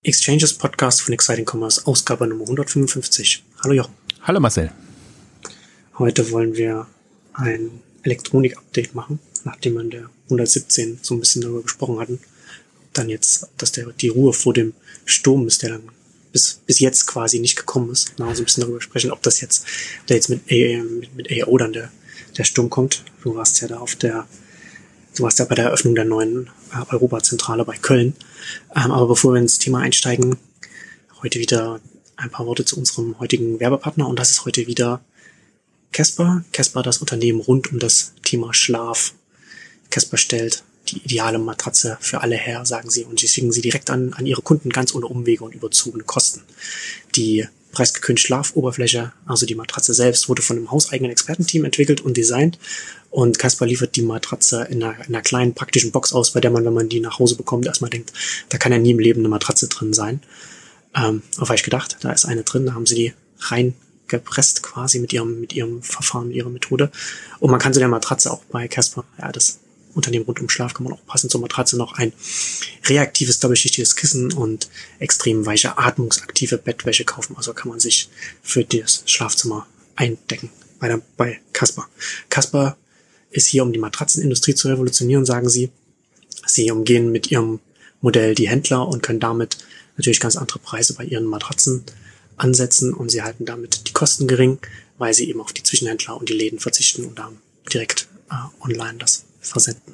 Exchanges Podcast von Exciting Commerce, Ausgabe Nummer 155. Hallo Jochen. Hallo Marcel. Heute wollen wir ein Elektronik-Update machen, nachdem wir in der 117 so ein bisschen darüber gesprochen hatten. Dann jetzt, dass die Ruhe vor dem Sturm ist, der dann bis jetzt quasi nicht gekommen ist. So ein bisschen darüber sprechen, ob jetzt mit AO dann der Sturm kommt. Du warst ja bei der Eröffnung der neuen Europazentrale bei Köln. Aber bevor wir ins Thema einsteigen, heute wieder ein paar Worte zu unserem heutigen Werbepartner. Und das ist heute wieder Casper. Casper, das Unternehmen rund um das Thema Schlaf. Casper stellt die ideale Matratze für alle her, sagen sie. Und sie schicken sie direkt an ihre Kunden ganz ohne Umwege und überzogene Kosten. Die preisgekündete Schlafoberfläche, also die Matratze selbst, wurde von einem hauseigenen Expertenteam entwickelt und designt. Und Casper liefert die Matratze in einer kleinen praktischen Box aus, bei der man, wenn man die nach Hause bekommt, erstmal denkt, da kann ja nie im Leben eine Matratze drin sein. Aber habe ich gedacht, da ist eine drin, da haben sie die reingepresst quasi mit ihrem Verfahren, mit ihrer Methode. Und man kann zu der Matratze auch bei Casper, das Unternehmen rund um Schlaf, kann man auch passend zur Matratze noch ein reaktives, doppelschichtiges Kissen und extrem weiche, atmungsaktive Bettwäsche kaufen. Also kann man sich für das Schlafzimmer eindecken bei Casper. Casper ist hier, um die Matratzenindustrie zu revolutionieren, sagen sie. Sie umgehen mit ihrem Modell die Händler und können damit natürlich ganz andere Preise bei ihren Matratzen ansetzen und sie halten damit die Kosten gering, weil sie eben auf die Zwischenhändler und die Läden verzichten und dann direkt online das versenden.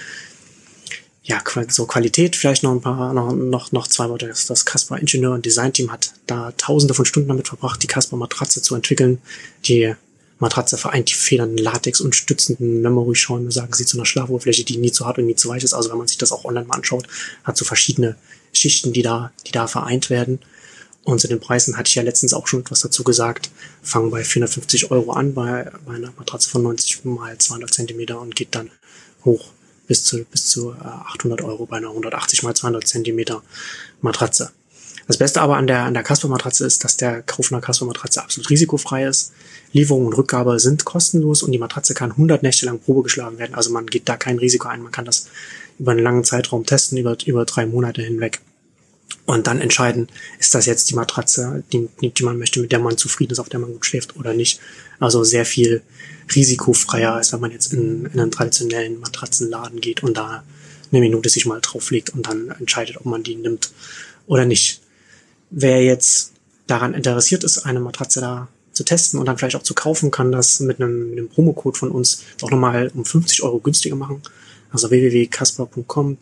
Ja, so Qualität, vielleicht noch noch zwei Worte. Das Casper Ingenieur- und Design-Team hat da tausende von Stunden damit verbracht, die Casper Matratze zu entwickeln. Die Matratze vereint die federnden Latex und stützenden Memory-Schäume, sagen sie, zu einer Schlafoberfläche, die nie zu hart und nie zu weich ist. Also wenn man sich das auch online mal anschaut, hat so verschiedene Schichten, die da vereint werden. Und zu den Preisen hatte ich ja letztens auch schon etwas dazu gesagt, fangen bei 450 € an, bei einer Matratze von 90 mal 200 Zentimeter und geht dann hoch bis zu 800 € bei einer 180 mal 200 Zentimeter Matratze. Das Beste aber an der Casper-Matratze ist, dass der Kauf einer Casper-Matratze absolut risikofrei ist. Lieferung und Rückgabe sind kostenlos und die Matratze kann 100 Nächte lang Probe geschlagen werden. Also man geht da kein Risiko ein. Man kann das über einen langen Zeitraum testen, über 3 Monate hinweg. Und dann entscheiden, ist das jetzt die Matratze, die man möchte, mit der man zufrieden ist, auf der man gut schläft oder nicht. Also sehr viel risikofreier, als wenn man jetzt in einen traditionellen Matratzenladen geht und da eine Minute sich mal drauflegt und dann entscheidet, ob man die nimmt oder nicht. Wer jetzt daran interessiert ist, eine Matratze da zu testen und dann vielleicht auch zu kaufen, kann das mit einem Promocode von uns auch nochmal um 50 € günstiger machen. Also www.casper.com,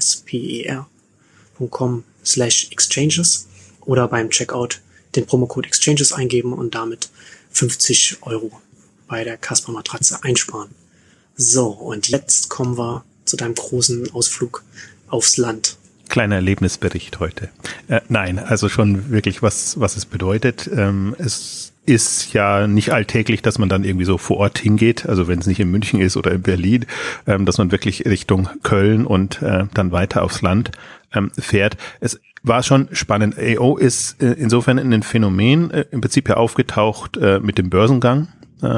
casper.com/exchanges oder beim Checkout den Promocode Exchanges eingeben und damit 50 € bei der Casper Matratze einsparen. So, und jetzt kommen wir zu deinem großen Ausflug aufs Land. Kleiner Erlebnisbericht heute. Nein, also schon wirklich, was es bedeutet. Es ist ja nicht alltäglich, dass man dann irgendwie so vor Ort hingeht, also wenn es nicht in München ist oder in Berlin, dass man wirklich Richtung Köln und dann weiter aufs Land fährt. Es war schon spannend. AO ist insofern ein Phänomen, im Prinzip ja aufgetaucht mit dem Börsengang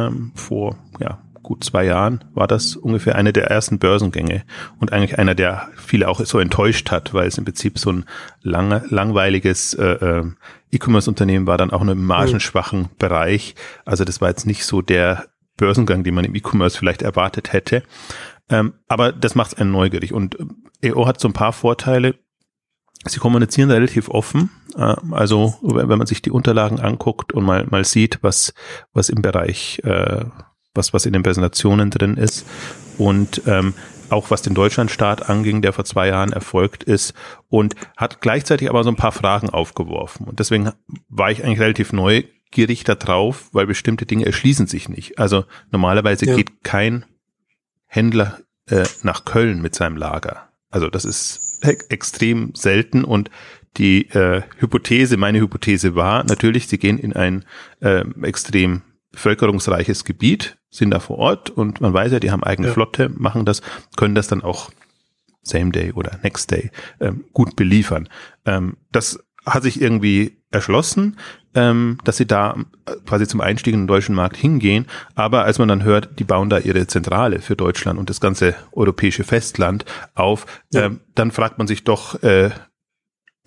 vor gut 2 Jahren war das ungefähr eine der ersten Börsengänge und eigentlich einer, der viele auch so enttäuscht hat, weil es im Prinzip so ein langweiliges E-Commerce-Unternehmen war, dann auch in einem margenschwachen Bereich. Also das war jetzt nicht so der Börsengang, den man im E-Commerce vielleicht erwartet hätte. Aber das macht es einen neugierig und AO hat so ein paar Vorteile. Sie kommunizieren relativ offen, also wenn man sich die Unterlagen anguckt und mal sieht, was im Bereich was in den Präsentationen drin ist und auch was den Deutschlandstart anging, der vor 2 Jahren erfolgt ist und hat gleichzeitig aber so ein paar Fragen aufgeworfen. Und deswegen war ich eigentlich relativ neugierig da drauf, weil bestimmte Dinge erschließen sich nicht. Also normalerweise geht kein Händler nach Köln mit seinem Lager. Also das ist extrem selten und meine Hypothese war natürlich, sie gehen in ein extrem bevölkerungsreiches Gebiet, sind da vor Ort und man weiß ja, die haben eigene Flotte, machen das, können das dann auch Same Day oder Next Day gut beliefern. Das hat sich irgendwie erschlossen, dass sie da quasi zum Einstieg in den deutschen Markt hingehen, aber als man dann hört, die bauen da ihre Zentrale für Deutschland und das ganze europäische Festland auf, dann fragt man sich doch,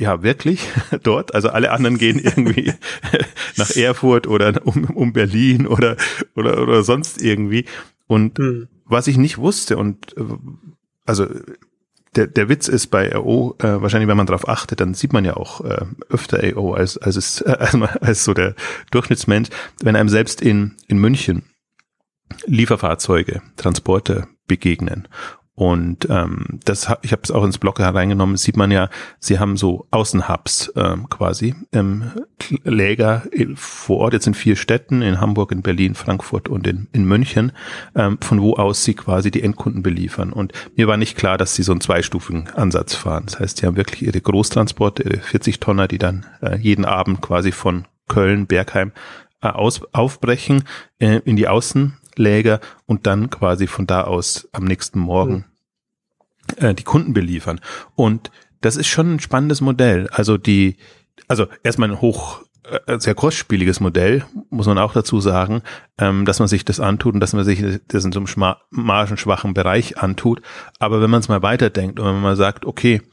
ja, wirklich dort? Also alle anderen gehen irgendwie nach Erfurt oder um Berlin oder sonst irgendwie. Und was ich nicht wusste und also der Witz ist bei AO, wahrscheinlich wenn man darauf achtet, dann sieht man ja auch öfter AO als so der Durchschnittsmensch, wenn einem selbst in München Lieferfahrzeuge, Transporte begegnen. Und ich habe es auch ins Blog hereingenommen, sieht man ja, sie haben so Außenhubs quasi, Läger vor Ort, jetzt in 4 Städten, in Hamburg, in Berlin, Frankfurt und in München, von wo aus sie quasi die Endkunden beliefern. Und mir war nicht klar, dass sie so einen zweistufigen Ansatz fahren. Das heißt, sie haben wirklich ihre Großtransporte, ihre 40-Tonner, die dann jeden Abend quasi von Köln, Bergheim aufbrechen in die Außenläger und dann quasi von da aus am nächsten Morgen die Kunden beliefern. Und das ist schon ein spannendes Modell. Also erstmal ein sehr kostspieliges Modell, muss man auch dazu sagen, dass man sich das antut und dass man sich das in so einem margenschwachen Bereich antut. Aber wenn man es mal weiterdenkt und wenn man mal sagt, okay,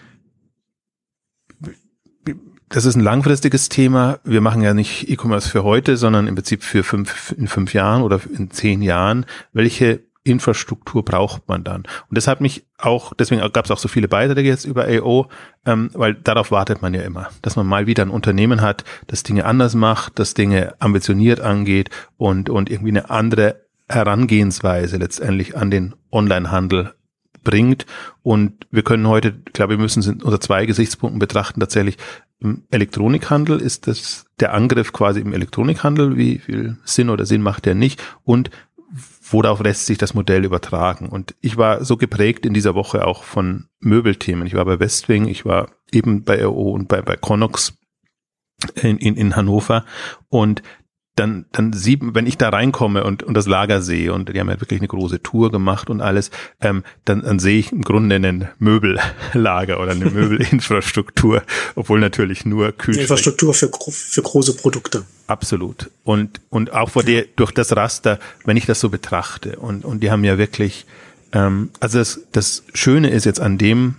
das ist ein langfristiges Thema. Wir machen ja nicht E-Commerce für heute, sondern im Prinzip in 5 Jahren oder in 10 Jahren. Welche Infrastruktur braucht man dann? Und das hat mich auch, deswegen gab es auch so viele Beiträge jetzt über AO, weil darauf wartet man ja immer, dass man mal wieder ein Unternehmen hat, das Dinge anders macht, das Dinge ambitioniert angeht und irgendwie eine andere Herangehensweise letztendlich an den Onlinehandel bringt. Und wir können heute, glaube ich, müssen es unter 2 Gesichtspunkten betrachten. Tatsächlich im Elektronikhandel ist das der Angriff quasi im Elektronikhandel. Wie viel Sinn macht der nicht? Und worauf lässt sich das Modell übertragen? Und ich war so geprägt in dieser Woche auch von Möbelthemen. Ich war bei Westwing, ich war eben bei AO und bei Connox in Hannover. Und dann wenn ich da reinkomme und das Lager sehe, und die haben ja wirklich eine große Tour gemacht und alles, dann sehe ich im Grunde einen Möbellager oder eine Möbelinfrastruktur, obwohl natürlich nur Kühlschränke. Infrastruktur für große Produkte. Absolut. Und auch durch das Raster, wenn ich das so betrachte, und die haben ja wirklich, also das Schöne ist jetzt an dem,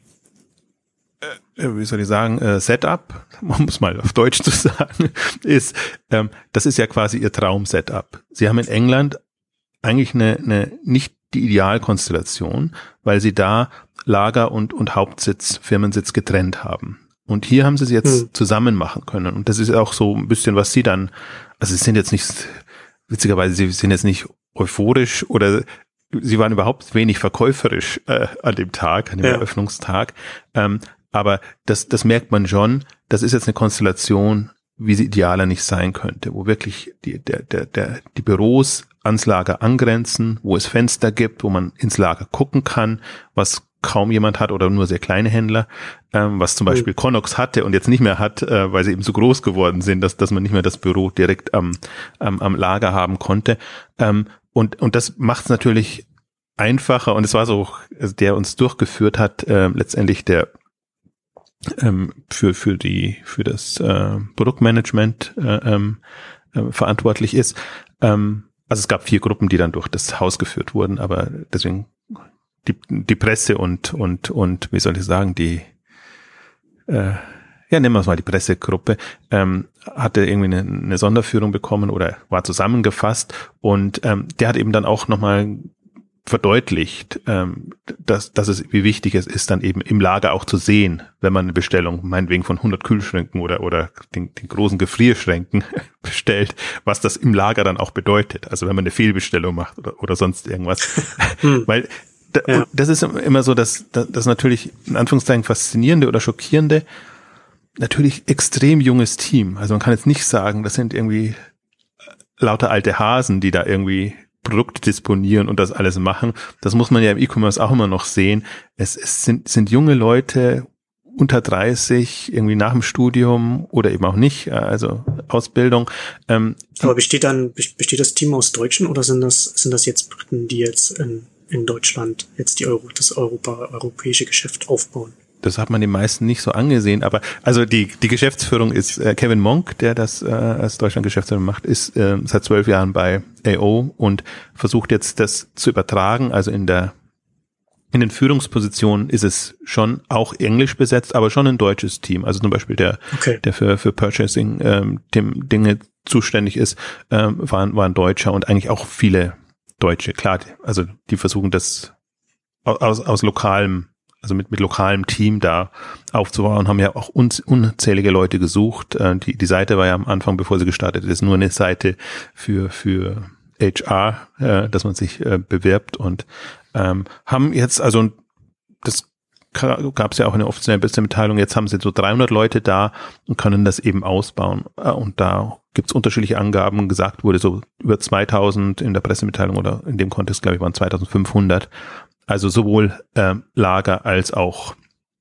wie soll ich sagen, Setup, um es mal auf Deutsch zu sagen, ist, das ist ja quasi ihr Traum-Setup. Sie haben in England eigentlich eine nicht die Idealkonstellation, weil sie da Lager und Hauptsitz, Firmensitz getrennt haben. Und hier haben sie es jetzt zusammen machen können. Und das ist auch so ein bisschen, was sie dann, also sie sind jetzt nicht, witzigerweise, sie sind jetzt nicht euphorisch oder sie waren überhaupt wenig verkäuferisch an dem Eröffnungstag. Aber das merkt man schon, das ist jetzt eine Konstellation, wie sie idealer nicht sein könnte, wo wirklich die Büros ans Lager angrenzen, wo es Fenster gibt, wo man ins Lager gucken kann, was kaum jemand hat oder nur sehr kleine Händler, was zum Beispiel Connox hatte und jetzt nicht mehr hat, weil sie eben so groß geworden sind, dass man nicht mehr das Büro direkt am Lager haben konnte. Und das macht es natürlich einfacher, und es war so, also der uns durchgeführt hat, letztendlich der für das Produktmanagement verantwortlich ist. Also es gab 4 Gruppen, die dann durch das Haus geführt wurden, aber deswegen die Presse und wie soll ich sagen, nehmen wir es mal, die Pressegruppe, hatte irgendwie eine Sonderführung bekommen oder war zusammengefasst, und der hat eben dann auch nochmal verdeutlicht, wie wichtig es ist, dann eben im Lager auch zu sehen, wenn man eine Bestellung meinetwegen von 100 Kühlschränken oder den großen Gefrierschränken bestellt, was das im Lager dann auch bedeutet. Also wenn man eine Fehlbestellung macht oder sonst irgendwas. Weil das ist immer so, dass natürlich in Anführungszeichen faszinierende oder schockierende, natürlich extrem junges Team. Also man kann jetzt nicht sagen, das sind irgendwie lauter alte Hasen, die da irgendwie Produkte disponieren und das alles machen. Das muss man ja im E-Commerce auch immer noch sehen. Es sind junge Leute unter 30, irgendwie nach dem Studium oder eben auch nicht, also Ausbildung. Aber besteht das Team aus Deutschen oder sind das jetzt Briten, die jetzt in Deutschland jetzt das europäische Geschäft aufbauen? Das hat man den meisten nicht so angesehen, aber also die Geschäftsführung ist Kevin Monk, der das als Deutschland-Geschäftsführer macht, ist seit 12 Jahren bei AO und versucht jetzt das zu übertragen, also in der In den Führungspositionen ist es schon auch englisch besetzt, aber schon ein deutsches Team. Also zum Beispiel der für Purchasing Dinge zuständig ist, war ein Deutscher und eigentlich auch viele Deutsche. Klar, also die versuchen das aus lokalem, also mit lokalem Team da aufzubauen, haben ja auch unzählige Leute gesucht. Die Seite war ja am Anfang, bevor sie gestartet ist, nur eine Seite für HR, dass man sich bewirbt und haben jetzt, also das gab es ja auch in der offiziellen Pressemitteilung, jetzt haben sie so 300 Leute da und können das eben ausbauen. Und da gibt es unterschiedliche Angaben. Gesagt wurde so über 2000 in der Pressemitteilung oder in dem Kontext, glaube ich, waren 2500. Also sowohl Lager als auch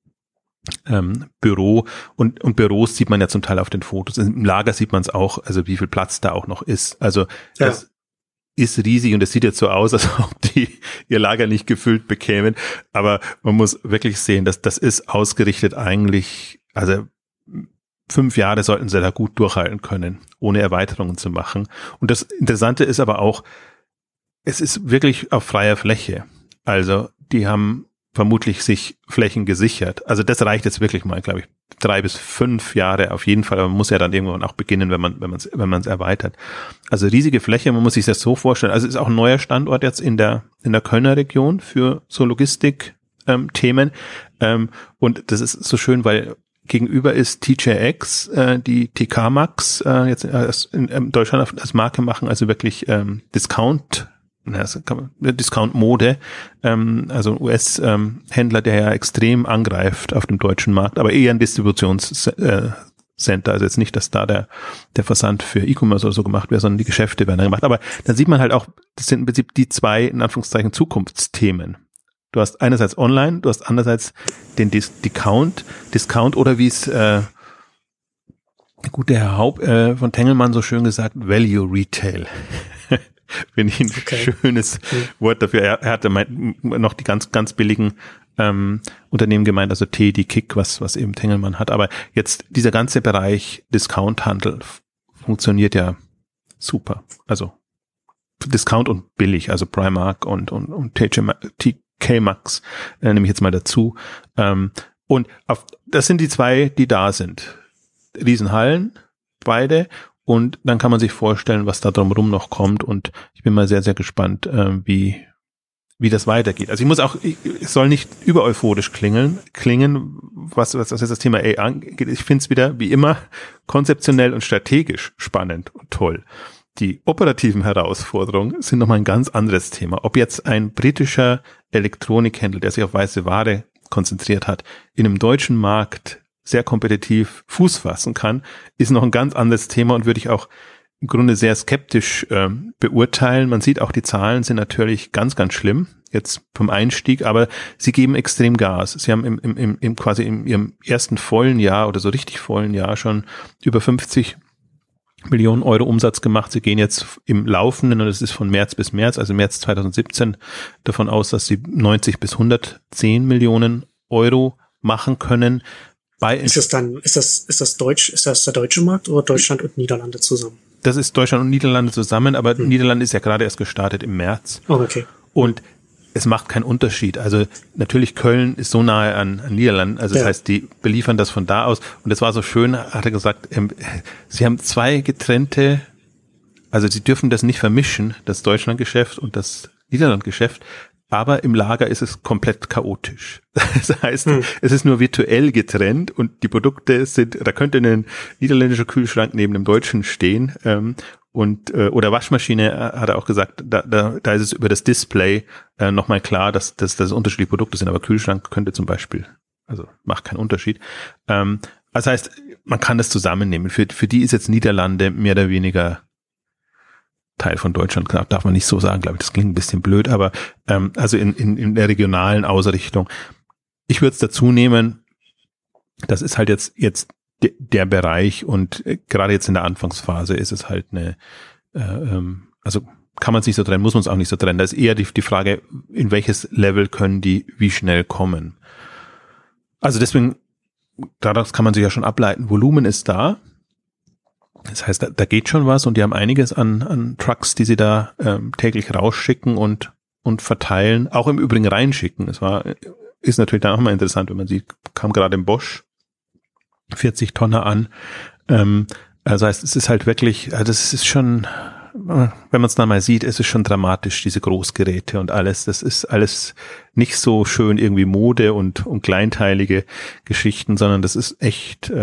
Büro und Büros sieht man ja zum Teil auf den Fotos. Im Lager sieht man es auch, also wie viel Platz da auch noch ist. Also das ist riesig und es sieht jetzt so aus, als ob die ihr Lager nicht gefüllt bekämen. Aber man muss wirklich sehen, dass das ist ausgerichtet eigentlich, also 5 Jahre sollten sie da gut durchhalten können, ohne Erweiterungen zu machen. Und das Interessante ist aber auch, es ist wirklich auf freier Fläche. Also die haben vermutlich sich Flächen gesichert. Also das reicht jetzt wirklich mal, glaube ich, 3 bis 5 Jahre auf jeden Fall. Aber man muss ja dann irgendwann auch beginnen, wenn man es erweitert. Also riesige Fläche, man muss sich das so vorstellen. Also es ist auch ein neuer Standort jetzt in der Kölner Region für so Logistik-Themen. Und das ist so schön, weil gegenüber ist TJX, die TK Maxx jetzt in Deutschland als Marke machen, also wirklich Discount-Mode, also US-Händler, der ja extrem angreift auf dem deutschen Markt, aber eher ein Distributionscenter, also jetzt nicht, dass da der Versand für E-Commerce oder so gemacht wird, sondern die Geschäfte werden da gemacht. Aber dann sieht man halt auch, das sind im Prinzip die 2, in Anführungszeichen, Zukunftsthemen. Du hast einerseits online, du hast andererseits den Discount oder wie es gut der Herr Haupt von Tengelmann so schön gesagt, Value Retail. Finde ich ein schönes Wort dafür. Er hatte noch die ganz, ganz billigen Unternehmen gemeint, also Teddy, Kick, was eben Tengelmann hat. Aber jetzt dieser ganze Bereich Discount-Handel funktioniert ja super. Also Discount und billig, also Primark und TK Maxx nehme ich jetzt mal dazu. Und das sind die 2, die da sind. Riesenhallen, beide. Und dann kann man sich vorstellen, was da drumherum noch kommt. Und ich bin mal sehr, sehr gespannt, wie das weitergeht. Also es soll nicht übereuphorisch klingen, was jetzt das Thema AI angeht. Ich finde es wieder, wie immer, konzeptionell und strategisch spannend und toll. Die operativen Herausforderungen sind nochmal ein ganz anderes Thema. Ob jetzt ein britischer Elektronikhändler, der sich auf weiße Ware konzentriert hat, in einem deutschen Markt sehr kompetitiv Fuß fassen kann, ist noch ein ganz anderes Thema und würde ich auch im Grunde sehr skeptisch beurteilen. Man sieht auch, die Zahlen sind natürlich ganz, ganz schlimm, jetzt vom Einstieg, aber sie geben extrem Gas. Sie haben quasi in ihrem ersten vollen Jahr oder so richtig vollen Jahr schon über 50 Millionen Euro Umsatz gemacht. Sie gehen jetzt im Laufenden, und das ist von März bis März, also März 2017, davon aus, dass sie 90 bis 110 Millionen Euro machen können. Ist das der deutsche Markt oder Deutschland und Niederlande zusammen? Das ist Deutschland und Niederlande zusammen, aber Niederlande ist ja gerade erst gestartet im März. Oh, okay. Und es macht keinen Unterschied. Also natürlich Köln ist so nahe an Niederlanden, also das heißt, die beliefern das von da aus. Und das war so schön, hat er gesagt, sie haben 2 getrennte, also sie dürfen das nicht vermischen, das Deutschlandgeschäft und das Niederlandgeschäft. Aber im Lager ist es komplett chaotisch. Das heißt, es ist nur virtuell getrennt und die Produkte da könnte ein niederländischer Kühlschrank neben dem deutschen stehen, oder Waschmaschine, hat er auch gesagt, da ist es über das Display nochmal klar, dass das unterschiedliche Produkte sind, aber Kühlschrank könnte zum Beispiel, also macht keinen Unterschied. Das heißt, man kann das zusammennehmen. Für die ist jetzt Niederlande mehr oder weniger Teil von Deutschland, darf man nicht so sagen, glaube ich, das klingt ein bisschen blöd, aber also in der regionalen Ausrichtung. Ich würde es dazu nehmen, das ist halt jetzt der Bereich und gerade jetzt in der Anfangsphase ist es halt also kann man es nicht so trennen, muss man es auch nicht so trennen. Da ist eher die Frage, in welches Level können die wie schnell kommen. Also deswegen, daraus kann man sich ja schon ableiten, Volumen ist da. Das heißt, da geht schon was und die haben einiges an Trucks, die sie da täglich rausschicken und und verteilen, auch im Übrigen reinschicken. Ist natürlich dann auch mal interessant, wenn man sieht, kam gerade im Bosch 40 Tonner an. Also heißt, es ist halt wirklich, also das ist schon, wenn man es dann mal sieht, es ist schon dramatisch, diese Großgeräte und alles. Das ist alles nicht so schön irgendwie Mode und kleinteilige Geschichten, sondern das ist echt,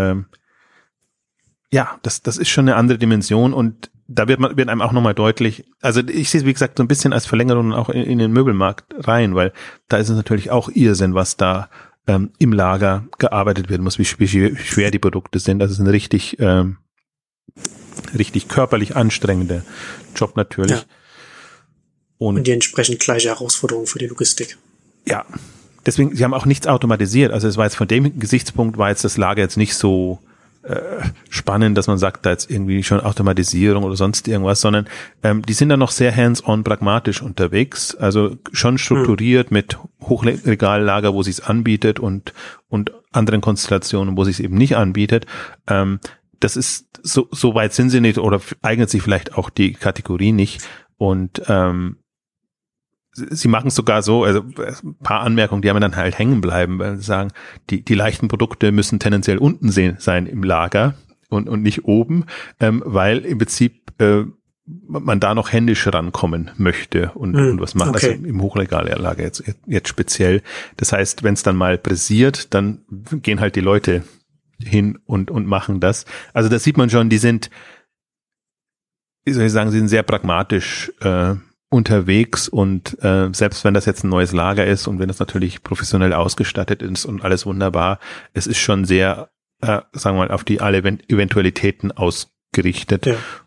das ist schon eine andere Dimension und da wird einem auch nochmal deutlich, also ich sehe es wie gesagt so ein bisschen als Verlängerung auch in den Möbelmarkt rein, weil da ist es natürlich auch Irrsinn, was da im Lager gearbeitet werden muss, wie schwer die Produkte sind. Das ist ein richtig körperlich anstrengender Job natürlich. Ja. Und die entsprechend gleiche Herausforderung für die Logistik. Ja, deswegen, sie haben auch nichts automatisiert. Also es war jetzt von dem Gesichtspunkt war jetzt das Lager jetzt nicht so spannend, dass man sagt, da jetzt irgendwie schon Automatisierung oder sonst irgendwas, sondern die sind dann noch sehr hands-on pragmatisch unterwegs, also schon strukturiert mit Hochregallager, wo sich's anbietet und anderen Konstellationen, wo sich's eben nicht anbietet. Das ist so weit sind sie nicht oder eignet sich vielleicht auch die Kategorie nicht und sie machen es sogar so, also ein paar Anmerkungen, die haben dann halt hängen bleiben, weil sie sagen, die leichten Produkte müssen tendenziell unten sein im Lager und nicht oben, weil im Prinzip man da noch händisch rankommen möchte und was machen. Okay. Also im Hochregallager jetzt speziell. Das heißt, wenn es dann mal pressiert, dann gehen halt die Leute hin und machen das. Also das sieht man schon, die sind, wie soll ich sagen, sie sind sehr pragmatisch unterwegs und selbst wenn das jetzt ein neues Lager ist und wenn das natürlich professionell ausgestattet ist und alles wunderbar, es ist schon sehr, sagen wir mal, auf die alle Eventualitäten ausgerichtet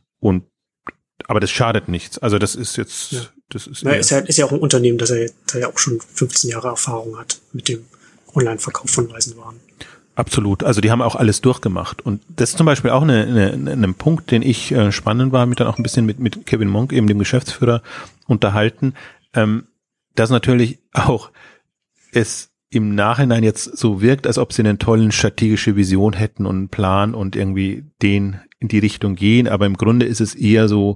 aber das schadet nichts. Also das ist jetzt, das ist ja auch ein Unternehmen, das ja auch schon 15 Jahre Erfahrung hat mit dem Online-Verkauf von Reisenwaren. Absolut. Also die haben auch alles durchgemacht. Und das ist zum Beispiel auch ein Punkt, den ich spannend war, mich dann auch ein bisschen mit Kevin Monk, eben dem Geschäftsführer, unterhalten, dass natürlich auch es im Nachhinein jetzt so wirkt, als ob sie eine tolle strategische Vision hätten und einen Plan und irgendwie den in die Richtung gehen. Aber im Grunde ist es eher so,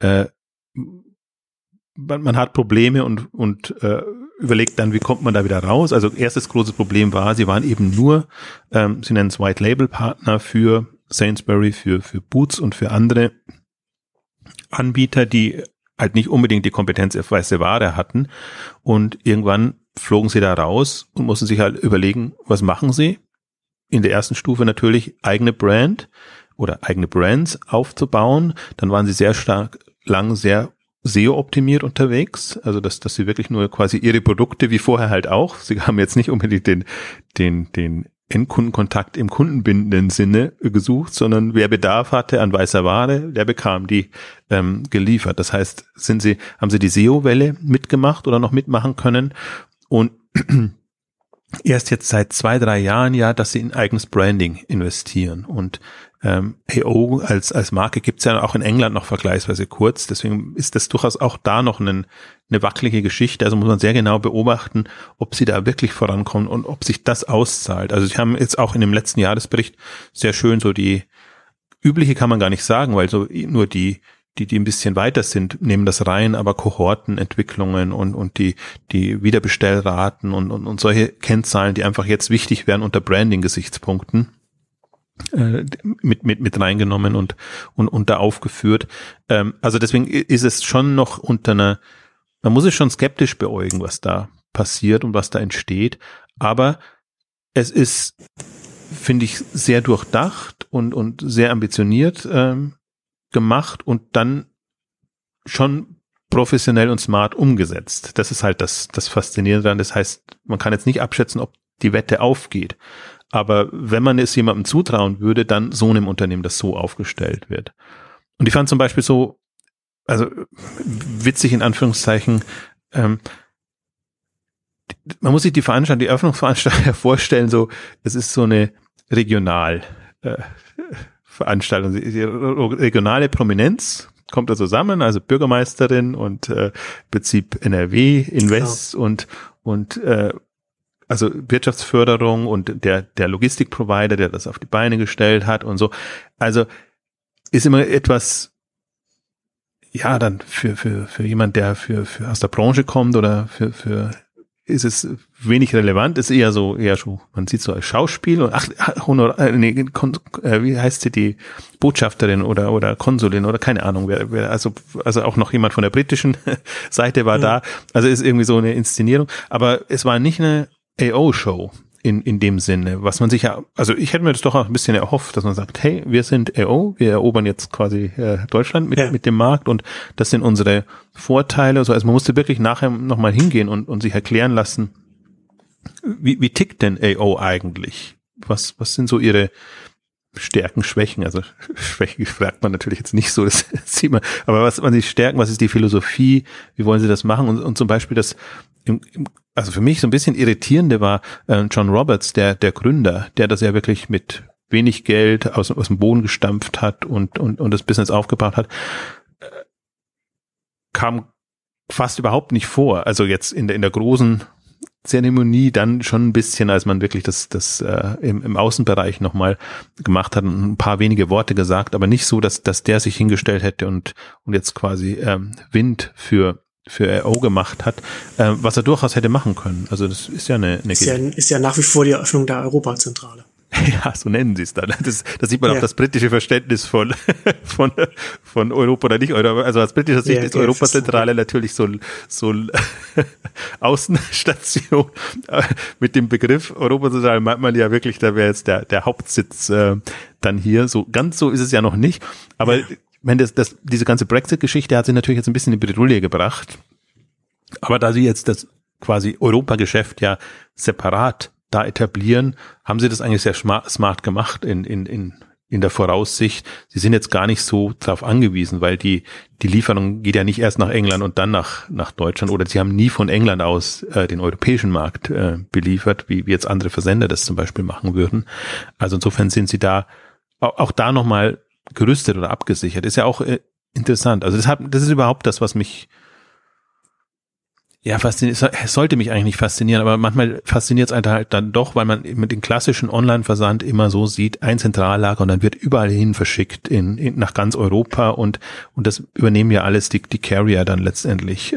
man hat Probleme und überlegt dann, wie kommt man da wieder raus. Also erstes großes Problem war, sie waren eben nur, sie nennen es White Label Partner für Sainsbury, für Boots und für andere Anbieter, die halt nicht unbedingt die Kompetenz auf weiße Ware hatten. Und irgendwann flogen sie da raus und mussten sich halt überlegen, was machen sie? In der ersten Stufe natürlich eigene Brand oder eigene Brands aufzubauen. Dann waren sie sehr sehr SEO-optimiert unterwegs, also dass sie wirklich nur quasi ihre Produkte wie vorher halt auch. Sie haben jetzt nicht unbedingt den Endkundenkontakt im kundenbindenden Sinne gesucht, sondern wer Bedarf hatte an weißer Ware, der bekam die geliefert. Das heißt, haben sie die SEO-Welle mitgemacht oder noch mitmachen können und erst jetzt seit 2-3 Jahren dass sie in eigenes Branding investieren und AO als Marke gibt's ja auch in England noch vergleichsweise kurz, deswegen ist das durchaus auch da noch eine wackelige Geschichte, also muss man sehr genau beobachten, ob sie da wirklich vorankommen und ob sich das auszahlt. Also sie haben jetzt auch in dem letzten Jahresbericht sehr schön so die übliche kann man gar nicht sagen, weil so nur die ein bisschen weiter sind, nehmen das rein, aber Kohortenentwicklungen und die Wiederbestellraten und solche Kennzahlen, die einfach jetzt wichtig wären unter Branding-Gesichtspunkten, mit reingenommen und da aufgeführt. Also deswegen ist es schon noch man muss es schon skeptisch beäugen, was da passiert und was da entsteht, aber es ist, finde ich, sehr durchdacht und sehr ambitioniert gemacht und dann schon professionell und smart umgesetzt. Das ist halt das Faszinierende daran. Das heißt, man kann jetzt nicht abschätzen, ob die Wette aufgeht. Aber wenn man es jemandem zutrauen würde, dann so einem Unternehmen, das so aufgestellt wird. Und ich fand zum Beispiel so, also witzig in Anführungszeichen, man muss sich die Eröffnungsveranstaltung vorstellen, so, es ist so eine Veranstaltung, die regionale Prominenz kommt da zusammen, also Bürgermeisterin und Prinzip NRW, Invest und also Wirtschaftsförderung und der Logistikprovider, der das auf die Beine gestellt hat und so. Also ist immer etwas, ja, dann für jemand, der für aus der Branche kommt oder für ist es wenig relevant, ist eher so, man sieht so als Schauspiel und wie heißt sie, die Botschafterin oder Konsulin oder keine Ahnung, wer also auch noch jemand von der britischen Seite war da, also ist irgendwie so eine Inszenierung, aber es war nicht eine AO-Show in dem Sinne, was man sich ja, also ich hätte mir das doch auch ein bisschen erhofft, dass man sagt, hey, wir sind AO, wir erobern jetzt quasi Deutschland mit dem Markt und das sind unsere Vorteile. Also man musste wirklich nachher nochmal hingehen und sich erklären lassen, wie tickt denn AO eigentlich? Was sind so ihre Stärken, Schwächen? Also Schwächen fragt man natürlich jetzt nicht so, das sieht man, aber was waren die Stärken, was ist die Philosophie, wie wollen sie das machen? Und zum Beispiel das also für mich so ein bisschen irritierende war John Roberts, der Gründer, der das ja wirklich mit wenig Geld aus dem Boden gestampft hat und das Business aufgebaut hat, kam fast überhaupt nicht vor. Also jetzt in der großen Zeremonie dann schon ein bisschen, als man wirklich das im Außenbereich nochmal gemacht hat und ein paar wenige Worte gesagt, aber nicht so, dass der sich hingestellt hätte und jetzt quasi Wind für AO gemacht hat, was er durchaus hätte machen können. Also das ist ja ist ja nach wie vor die Eröffnung der Europazentrale. Ja, so nennen sie es dann. Das sieht man auch das britische Verständnis von Europa oder nicht Europa. Also aus britischer Sicht ist Europazentrale natürlich so Außenstation. Mit dem Begriff Europazentrale meint man ja wirklich, da wäre jetzt der Hauptsitz dann hier. So ganz so ist es ja noch nicht. Aber diese ganze Brexit-Geschichte hat sie natürlich jetzt ein bisschen in die Bredouille gebracht. Aber da sie jetzt das quasi Europageschäft ja separat da etablieren, haben sie das eigentlich sehr smart gemacht in der Voraussicht. Sie sind jetzt gar nicht so drauf angewiesen, weil die Lieferung geht ja nicht erst nach England und dann nach Deutschland, oder sie haben nie von England aus den europäischen Markt beliefert, wie jetzt andere Versender das zum Beispiel machen würden. Also insofern sind sie da auch da nochmal gerüstet oder abgesichert. Ist ja auch interessant. Also das ist überhaupt das, was mich fasziniert. Es sollte mich eigentlich nicht faszinieren, aber manchmal fasziniert es halt dann doch, weil man mit dem klassischen Online-Versand immer so sieht, ein Zentrallager und dann wird überall hin verschickt nach ganz Europa und das übernehmen ja alles die Carrier dann letztendlich.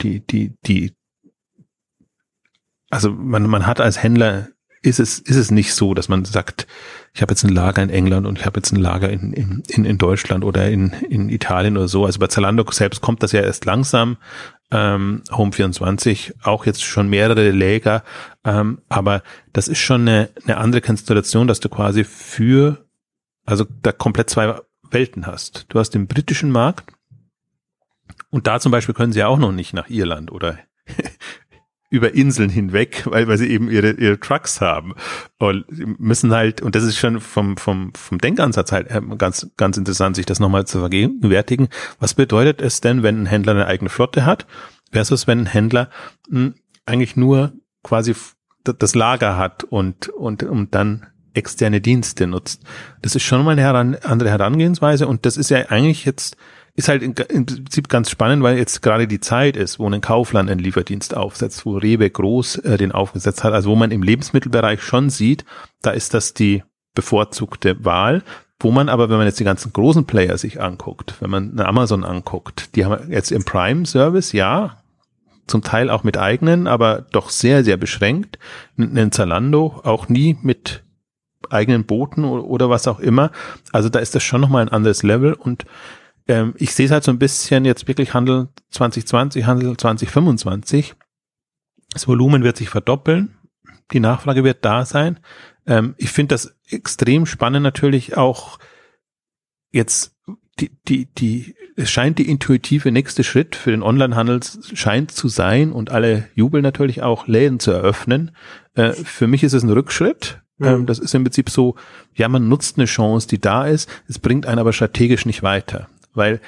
Also man hat als Händler ist es nicht so, dass man sagt, ich habe jetzt ein Lager in England und ich habe jetzt ein Lager in Deutschland oder in Italien oder so. Also bei Zalando selbst kommt das ja erst langsam. Home24 auch jetzt schon mehrere Lager, aber das ist schon eine andere Konstellation, dass du quasi da komplett zwei Welten hast. Du hast den britischen Markt und da zum Beispiel können sie ja auch noch nicht nach Irland oder über Inseln hinweg, weil sie eben ihre Trucks haben und müssen halt, und das ist schon vom Denkansatz halt ganz, ganz interessant, sich das nochmal zu vergegenwärtigen. Was bedeutet es denn, wenn ein Händler eine eigene Flotte hat, versus wenn ein Händler eigentlich nur quasi das Lager hat und dann externe Dienste nutzt? Das ist schon mal eine andere Herangehensweise und das ist ja eigentlich ist halt im Prinzip ganz spannend, weil jetzt gerade die Zeit ist, wo ein Kaufland einen Lieferdienst aufsetzt, wo Rewe groß den aufgesetzt hat, also wo man im Lebensmittelbereich schon sieht, da ist das die bevorzugte Wahl, wo man aber, wenn man jetzt die ganzen großen Player sich anguckt, wenn man eine Amazon anguckt, die haben jetzt im Prime-Service, ja, zum Teil auch mit eigenen, aber doch sehr, sehr beschränkt, einen Zalando auch nie mit eigenen Booten oder was auch immer, also da ist das schon nochmal ein anderes Level und ich sehe es halt so ein bisschen jetzt wirklich Handel 2020, Handel 2025. Das Volumen wird sich verdoppeln. Die Nachfrage wird da sein. Ich finde das extrem spannend natürlich auch jetzt es scheint die intuitive nächste Schritt für den Onlinehandel scheint zu sein und alle jubeln natürlich auch, Läden zu eröffnen. Für mich ist es ein Rückschritt. Das ist im Prinzip so, ja, man nutzt eine Chance, die da ist. Es bringt einen aber strategisch nicht weiter. Weil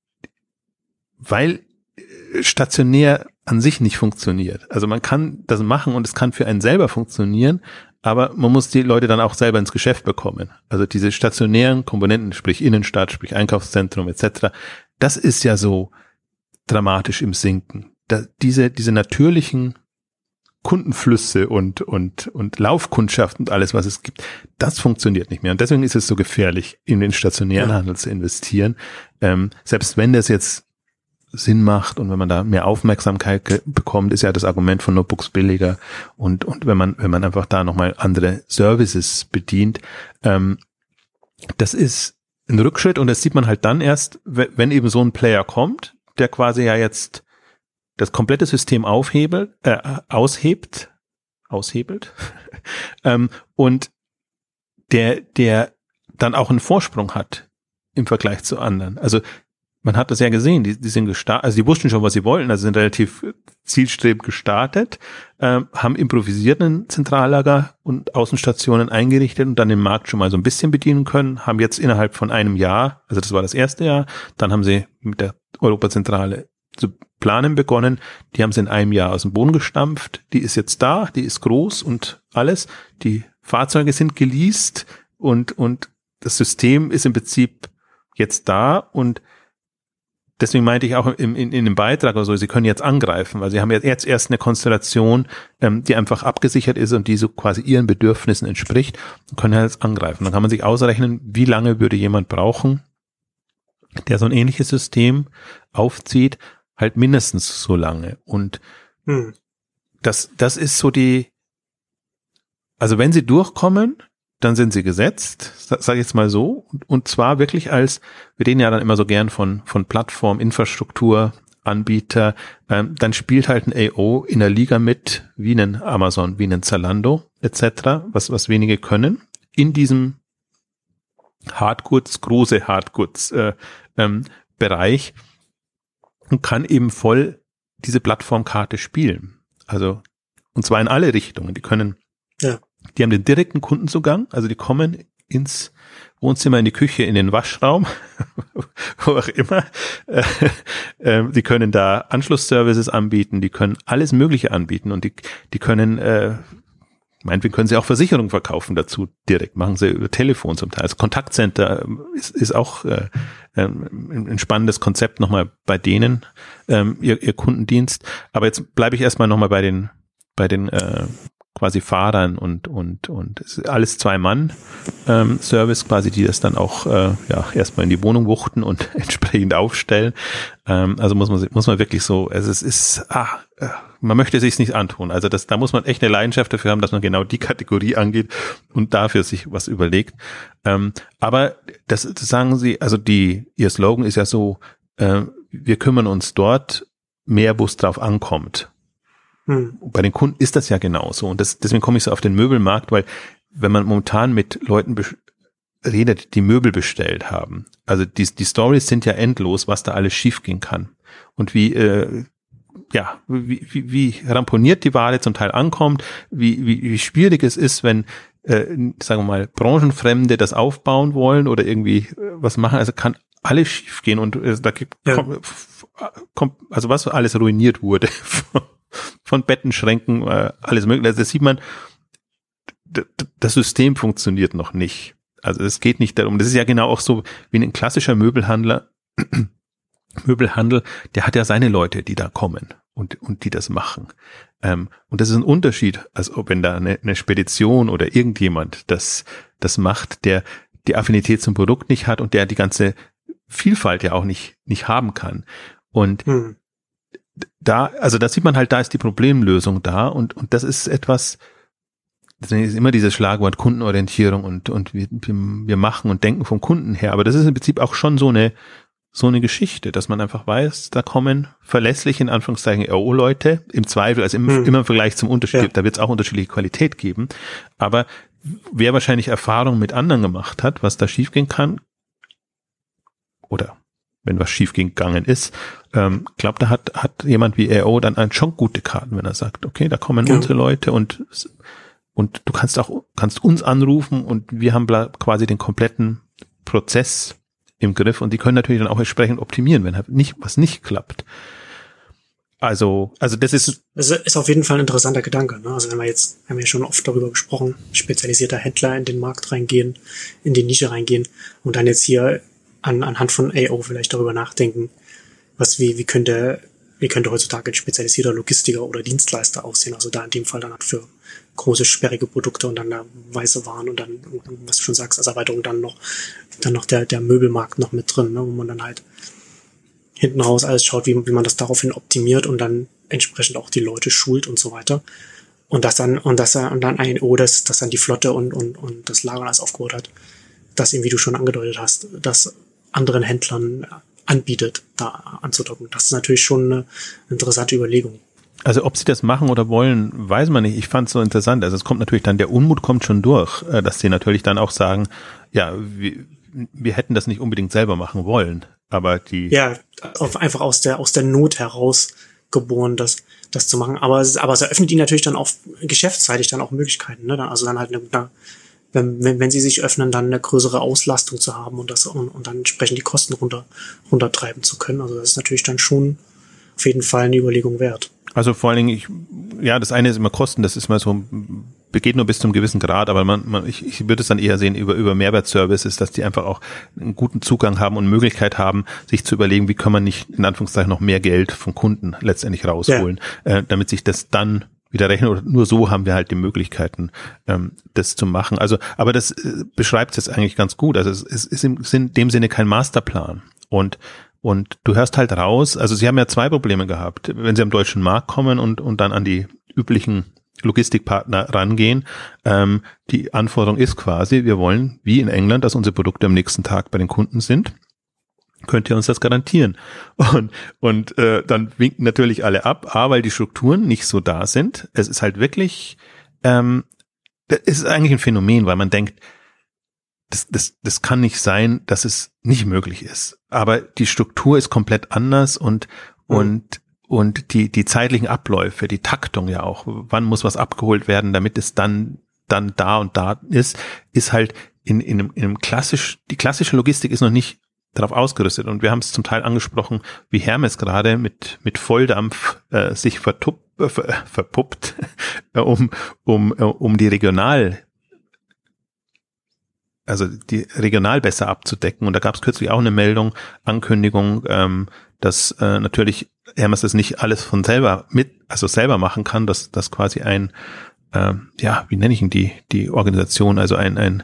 stationär an sich nicht funktioniert. Also man kann das machen und es kann für einen selber funktionieren, aber man muss die Leute dann auch selber ins Geschäft bekommen. Also diese stationären Komponenten, sprich Innenstadt, sprich Einkaufszentrum etc., das ist ja so dramatisch im Sinken. Diese natürlichen Kundenflüsse und Laufkundschaft und alles, was es gibt, das funktioniert nicht mehr. Und deswegen ist es so gefährlich, in den stationären Handel zu investieren. Selbst wenn das jetzt Sinn macht und wenn man da mehr Aufmerksamkeit bekommt, ist ja das Argument von Notebooks billiger und wenn man einfach da nochmal andere Services bedient, das ist ein Rückschritt und das sieht man halt dann erst, wenn eben so ein Player kommt, der quasi ja jetzt das komplette System aushebelt und der dann auch einen Vorsprung hat im Vergleich zu anderen. Also man hat das ja gesehen, die sind gestartet, also die wussten schon, was sie wollten, also sind relativ zielstrebig gestartet, haben improvisiert ein Zentrallager und Außenstationen eingerichtet und dann den Markt schon mal so ein bisschen bedienen können, haben jetzt innerhalb von einem Jahr, also das war das erste Jahr, dann haben sie mit der Europazentrale zu planen begonnen, die haben sie in einem Jahr aus dem Boden gestampft, die ist jetzt da, die ist groß und alles, die Fahrzeuge sind geleast und das System ist im Prinzip jetzt da und deswegen meinte ich auch in dem Beitrag oder so, sie können jetzt angreifen, weil sie haben jetzt erst eine Konstellation, die einfach abgesichert ist und die so quasi ihren Bedürfnissen entspricht und können jetzt angreifen. Dann kann man sich ausrechnen, wie lange würde jemand brauchen, der so ein ähnliches System aufzieht, halt mindestens so lange. Und das ist so also wenn sie durchkommen, dann sind sie gesetzt, sage ich jetzt mal so, und zwar wirklich wir reden ja dann immer so gern von Plattform, Infrastruktur, Anbieter, dann spielt halt ein AO in der Liga mit, wie ein Amazon, wie ein Zalando etc., was wenige können, in diesem große Hardgoods Bereich und kann eben voll diese Plattformkarte spielen. Also, und zwar in alle Richtungen. Die haben den direkten Kundenzugang, also die kommen ins Wohnzimmer, in die Küche, in den Waschraum, wo auch immer. Die können da Anschlussservices anbieten, die können alles Mögliche anbieten und die können, meinetwegen können sie auch Versicherungen verkaufen dazu direkt, machen sie über Telefon zum Teil. Also Kontaktcenter ist auch ein spannendes Konzept nochmal bei denen, ihr Kundendienst. Aber jetzt bleibe ich erstmal nochmal bei den quasi Fahrern und es ist alles Zwei-Mann-Service quasi, die das dann auch erstmal in die Wohnung wuchten und entsprechend aufstellen. Also muss man wirklich so, also es ist, man möchte sich's nicht antun. Also da muss man echt eine Leidenschaft dafür haben, dass man genau die Kategorie angeht und dafür sich was überlegt. Aber das sagen sie, also ihr Slogan ist ja so, wir kümmern uns dort mehr, wo es drauf ankommt. Bei den Kunden ist das ja genauso und deswegen komme ich so auf den Möbelmarkt, weil wenn man momentan mit Leuten redet, die Möbel bestellt haben, also die Stories sind ja endlos, was da alles schiefgehen kann und wie ramponiert die Ware zum Teil ankommt, wie schwierig es ist, wenn sagen wir mal Branchenfremde das aufbauen wollen oder irgendwie was machen, also kann alles schiefgehen und da kommt also was alles ruiniert wurde. Von Bettenschränken, alles mögliche. Also das sieht man, das System funktioniert noch nicht. Also es geht nicht darum, das ist ja genau auch so wie ein klassischer Möbelhandel, der hat ja seine Leute, die da kommen und die das machen. Und das ist ein Unterschied, als ob wenn da eine Spedition oder irgendjemand das macht, der die Affinität zum Produkt nicht hat und der die ganze Vielfalt ja auch nicht haben kann. Und da sieht man halt, da ist die Problemlösung da und das ist etwas, deswegen ist immer dieses Schlagwort Kundenorientierung und wir machen und denken vom Kunden her, aber das ist im Prinzip auch schon so eine Geschichte, dass man einfach weiß, da kommen verlässlich in Anführungszeichen Leute, im Zweifel, also immer im Vergleich zum Unterschied, da wird es auch unterschiedliche Qualität geben, aber wer wahrscheinlich Erfahrung mit anderen gemacht hat, was da schiefgehen kann, oder wenn was schief gegangen ist, glaube, da hat jemand wie AO dann schon gute Karten, wenn er sagt, okay, da kommen unsere Leute und du kannst uns anrufen und wir haben quasi den kompletten Prozess im Griff und die können natürlich dann auch entsprechend optimieren, wenn halt was nicht klappt. Also das ist... Das ist auf jeden Fall ein interessanter Gedanke, ne? Also wir haben ja schon oft darüber gesprochen, spezialisierter Händler in den Markt reingehen, in die Nische reingehen und dann jetzt hier anhand von AO vielleicht darüber nachdenken, wie könnte heutzutage ein spezialisierter Logistiker oder Dienstleister aussehen, also da in dem Fall dann halt für große, sperrige Produkte und dann da weiße Waren und dann, was du schon sagst, als Erweiterung dann noch der Möbelmarkt noch mit drin, ne, wo man dann halt hinten raus alles schaut, wie man das daraufhin optimiert und dann entsprechend auch die Leute schult und so weiter. Und dass dann die Flotte und das Lager alles aufgeholt hat, das eben, wie du schon angedeutet hast, das anderen Händlern anbietet, da anzudocken. Das ist natürlich schon eine interessante Überlegung. Also ob sie das machen oder wollen, weiß man nicht. Ich fand es so interessant. Also es kommt natürlich dann, der Unmut kommt schon durch, dass sie natürlich dann auch sagen, ja, wir hätten das nicht unbedingt selber machen wollen, aber einfach aus der Not heraus geboren, das zu machen. Aber es eröffnet ihnen natürlich dann auch geschäftsseitig dann auch Möglichkeiten, ne? Also dann halt wenn sie sich öffnen, dann eine größere Auslastung zu haben und dann entsprechend die Kosten runtertreiben zu können. Also das ist natürlich dann schon auf jeden Fall eine Überlegung wert. Also vor allen Dingen, das eine ist immer Kosten, das ist mal so, geht nur bis zum gewissen Grad, aber ich würde es dann eher sehen über Mehrwertservices, dass die einfach auch einen guten Zugang haben und Möglichkeit haben, sich zu überlegen, wie kann man nicht in Anführungszeichen noch mehr Geld vom Kunden letztendlich rausholen, damit sich das dann wieder rechnen, oder nur so haben wir halt die Möglichkeiten, das zu machen. Also, aber das beschreibt es jetzt eigentlich ganz gut. Also es ist in dem Sinne kein Masterplan. Und du hörst halt raus, also sie haben ja zwei Probleme gehabt. Wenn sie am deutschen Markt kommen und dann an die üblichen Logistikpartner rangehen, die Anforderung ist quasi, wir wollen, wie in England, dass unsere Produkte am nächsten Tag bei den Kunden sind. Könnt ihr uns das garantieren? Und dann winken natürlich alle ab, weil die Strukturen nicht so da sind. Es ist halt wirklich, es ist eigentlich ein Phänomen, weil man denkt, das kann nicht sein, dass es nicht möglich ist. Aber die Struktur ist komplett anders und die zeitlichen Abläufe, die Taktung ja auch, wann muss was abgeholt werden, damit es dann da und da ist halt in einem die klassische Logistik ist noch nicht darauf ausgerüstet. Und wir haben es zum Teil angesprochen, wie Hermes gerade mit Volldampf sich verpuppt, um die regional besser abzudecken. Und da gab es kürzlich auch eine Ankündigung, dass natürlich Hermes das nicht alles selber machen kann, dass quasi ein, wie nenne ich ihn, die Organisation, also ein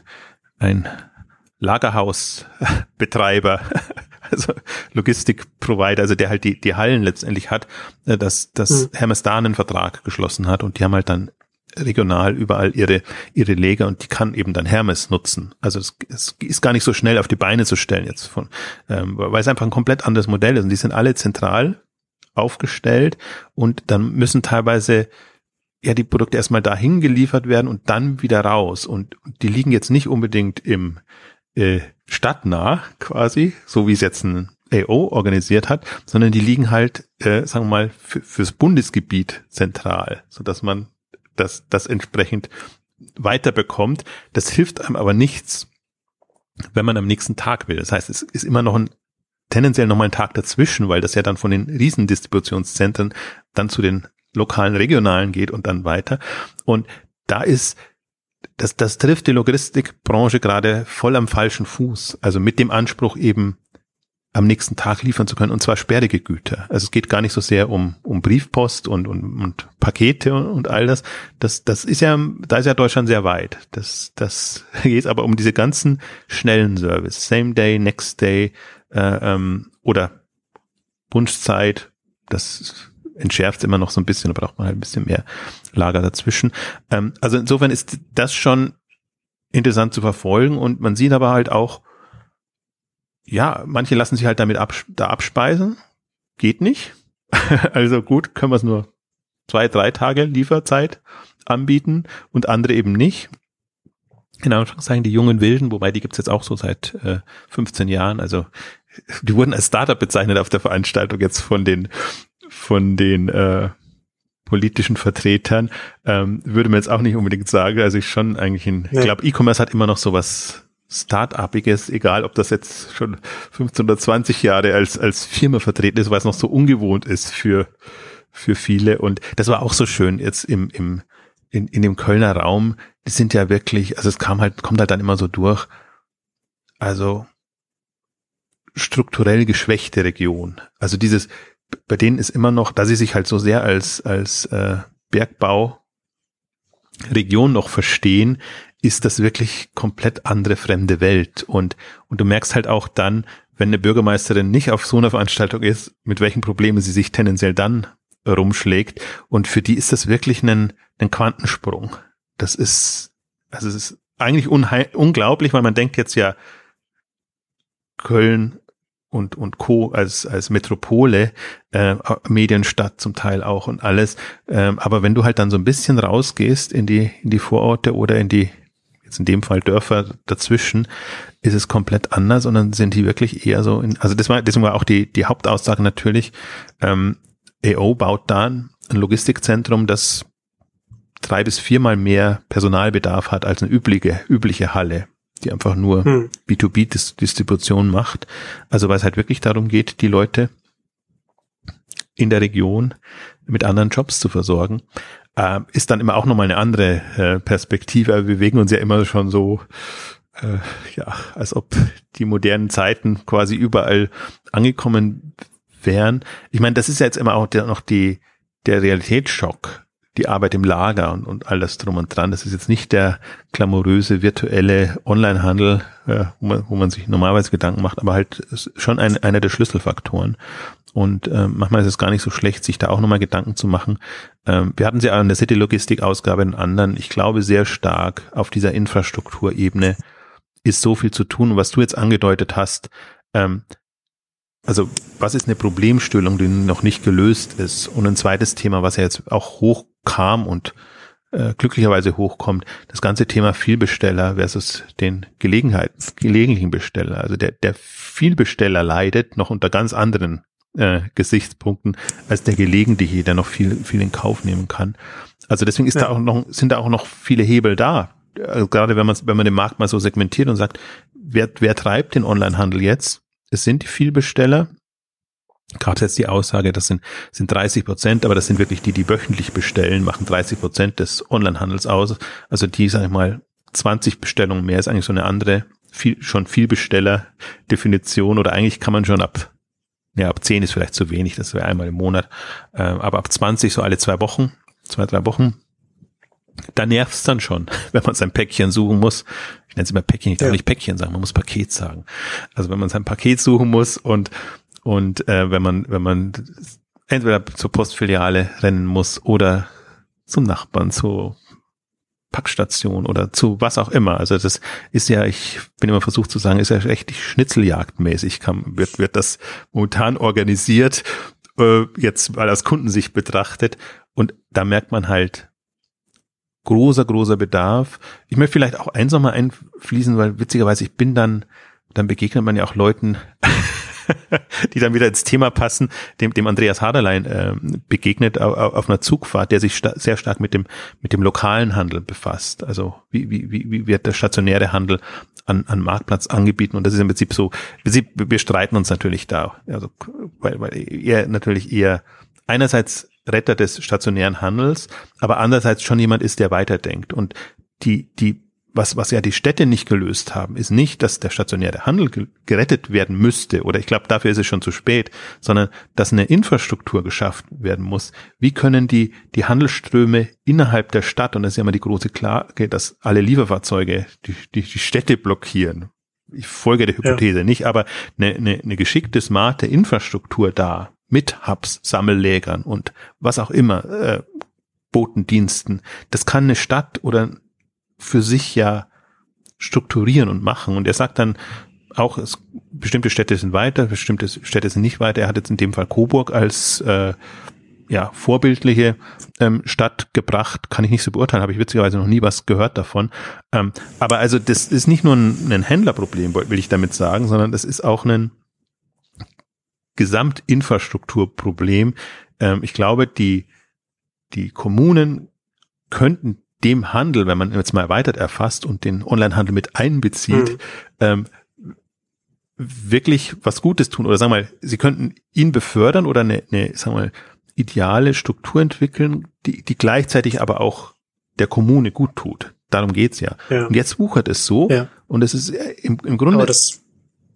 Lagerhausbetreiber, also Logistikprovider, also der halt die Hallen letztendlich hat, dass Hermes da einen Vertrag geschlossen hat und die haben halt dann regional überall ihre Lager und die kann eben dann Hermes nutzen. Also es ist gar nicht so schnell auf die Beine zu stellen jetzt weil es einfach ein komplett anderes Modell ist und die sind alle zentral aufgestellt und dann müssen teilweise die Produkte erstmal dahin geliefert werden und dann wieder raus und die liegen jetzt nicht unbedingt im stadtnah quasi, so wie es jetzt ein AO organisiert hat, sondern die liegen halt, sagen wir mal, fürs Bundesgebiet zentral, sodass man das entsprechend weiterbekommt. Das hilft einem aber nichts, wenn man am nächsten Tag will. Das heißt, es ist immer noch tendenziell noch mal ein Tag dazwischen, weil das ja dann von den Riesendistributionszentren dann zu den lokalen, regionalen geht und dann weiter. Und da ist das trifft die Logistikbranche gerade voll am falschen Fuß. Also mit dem Anspruch eben am nächsten Tag liefern zu können und zwar sperrige Güter. Also es geht gar nicht so sehr um Briefpost und Pakete und all das. Da ist ja Deutschland sehr weit. Das geht aber um diese ganzen schnellen Service. Same Day, Next Day, oder Wunschzeit. Das entschärft es immer noch so ein bisschen, da braucht man halt ein bisschen mehr Lager dazwischen. Also insofern ist das schon interessant zu verfolgen und man sieht aber halt auch, manche lassen sich halt damit abspeisen. Geht nicht. Also gut, können wir es nur 2-3 Tage Lieferzeit anbieten und andere eben nicht. In Anführungszeichen die jungen Wilden, wobei die gibt's jetzt auch so seit 15 Jahren. Also die wurden als Startup bezeichnet auf der Veranstaltung jetzt von den politischen Vertretern. Würde man jetzt auch nicht unbedingt sagen. Also ich schon eigentlich ich glaube, E-Commerce hat immer noch sowas Start-upiges, egal ob das jetzt schon 15 oder 20 Jahre als Firma vertreten ist, weil es noch so ungewohnt ist für viele. Und das war auch so schön jetzt in dem Kölner Raum. Die sind ja wirklich, also kommt halt dann immer so durch. Also strukturell geschwächte Region. Also bei denen ist immer noch, da sie sich halt so sehr als Bergbauregion noch verstehen, ist das wirklich komplett andere fremde Welt. Und du merkst halt auch dann, wenn eine Bürgermeisterin nicht auf so einer Veranstaltung ist, mit welchen Problemen sie sich tendenziell dann rumschlägt. Und für die ist das wirklich ein Quantensprung. Es ist eigentlich unglaublich, weil man denkt jetzt ja, Köln und Co. als Metropole, Medienstadt zum Teil auch und alles. Aber wenn du halt dann so ein bisschen rausgehst in die Vororte oder in in dem Fall Dörfer dazwischen, ist es komplett anders und dann sind die wirklich eher so deswegen war auch die Hauptaussage natürlich, AO baut da ein Logistikzentrum, das 3 bis 4 Mal mehr Personalbedarf hat als eine übliche Halle, die einfach nur B2B-Distribution macht. Also weil es halt wirklich darum geht, die Leute in der Region mit anderen Jobs zu versorgen. Ist dann immer auch nochmal eine andere Perspektive. Wir bewegen uns ja immer schon so, als ob die modernen Zeiten quasi überall angekommen wären. Ich meine, das ist ja jetzt immer auch der Realitätsschock, die Arbeit im Lager und all das drum und dran. Das ist jetzt nicht der glamouröse virtuelle Onlinehandel, wo man sich normalerweise Gedanken macht, aber halt schon einer der Schlüsselfaktoren. Und manchmal ist es gar nicht so schlecht, sich da auch nochmal Gedanken zu machen. Wir hatten sie auch in der City-Logistik-Ausgabe in anderen. Ich glaube sehr stark auf dieser Infrastrukturebene ist so viel zu tun. Und was du jetzt angedeutet hast, also was ist eine Problemstellung, die noch nicht gelöst ist? Und ein zweites Thema, was ja jetzt auch hochkam und glücklicherweise hochkommt, das ganze Thema Vielbesteller versus den gelegentlichen Besteller. Also der Vielbesteller leidet noch unter ganz anderen Gesichtspunkten als der Gelegentliche, der noch viel in Kauf nehmen kann. Also deswegen sind da auch noch viele Hebel da. Also gerade wenn man den Markt mal so segmentiert und sagt, wer treibt den Onlinehandel jetzt? Es sind die Vielbesteller. Gab es jetzt die Aussage, das sind 30%, aber das sind wirklich die wöchentlich bestellen, machen 30% des Onlinehandels aus. Also die, sag ich mal, 20 Bestellungen mehr ist eigentlich so eine andere, schon Vielbesteller-Definition, oder eigentlich kann man schon ab 10 ist vielleicht zu wenig, das wäre einmal im Monat, aber ab 20 so alle 2 Wochen, 2-3 Wochen, da nervt es dann schon, wenn man sein Päckchen suchen muss. Ich nenne es immer Päckchen, ich darf nicht Päckchen sagen, man muss Paket sagen. Also wenn man sein Paket suchen muss und wenn man entweder zur Postfiliale rennen muss oder zum Nachbarn, zur Packstation oder zu was auch immer. Also das ist ja, ich bin immer versucht zu sagen, ist ja echt schnitzeljagdmäßig, wird das momentan organisiert, jetzt mal aus Kundensicht betrachtet, und da merkt man halt großer Bedarf. Ich möchte vielleicht auch eins nochmal einfließen, weil witzigerweise dann begegnet man ja auch Leuten, die dann wieder ins Thema passen, dem Andreas Haderlein begegnet auf einer Zugfahrt, der sich sehr stark mit dem lokalen Handel befasst. Also wie wird der stationäre Handel an Marktplatz angeboten? Und das ist im Prinzip so, wir streiten uns natürlich da, also weil er natürlich eher einerseits Retter des stationären Handels, aber andererseits schon jemand ist, der weiterdenkt. Und was ja die Städte nicht gelöst haben, ist nicht, dass der stationäre Handel gerettet werden müsste, oder ich glaube, dafür ist es schon zu spät, sondern dass eine Infrastruktur geschaffen werden muss. Wie können die Handelsströme innerhalb der Stadt, und das ist ja immer die große Klage, dass alle Lieferfahrzeuge die Städte blockieren. Ich folge der Hypothese nicht, aber eine geschickte, smarte Infrastruktur da, mit Hubs, Sammellägern und was auch immer, Botendiensten, das kann eine Stadt oder für sich ja strukturieren und machen. Und er sagt dann auch, bestimmte Städte sind weiter, bestimmte Städte sind nicht weiter. Er hat jetzt in dem Fall Coburg als vorbildliche Stadt gebracht. Kann ich nicht so beurteilen, habe ich witzigerweise noch nie was gehört davon. Aber also das ist nicht nur ein Händlerproblem, will ich damit sagen, sondern das ist auch ein Gesamtinfrastrukturproblem. Ich glaube, die Kommunen könnten dem Handel, wenn man jetzt mal erweitert erfasst und den Onlinehandel mit einbezieht, wirklich was Gutes tun, oder sagen wir mal, sie könnten ihn befördern oder eine sagen wir mal, ideale Struktur entwickeln, die gleichzeitig aber auch der Kommune gut tut. Darum geht's ja. Und jetzt wuchert es so, und es ist im Grunde... Aber das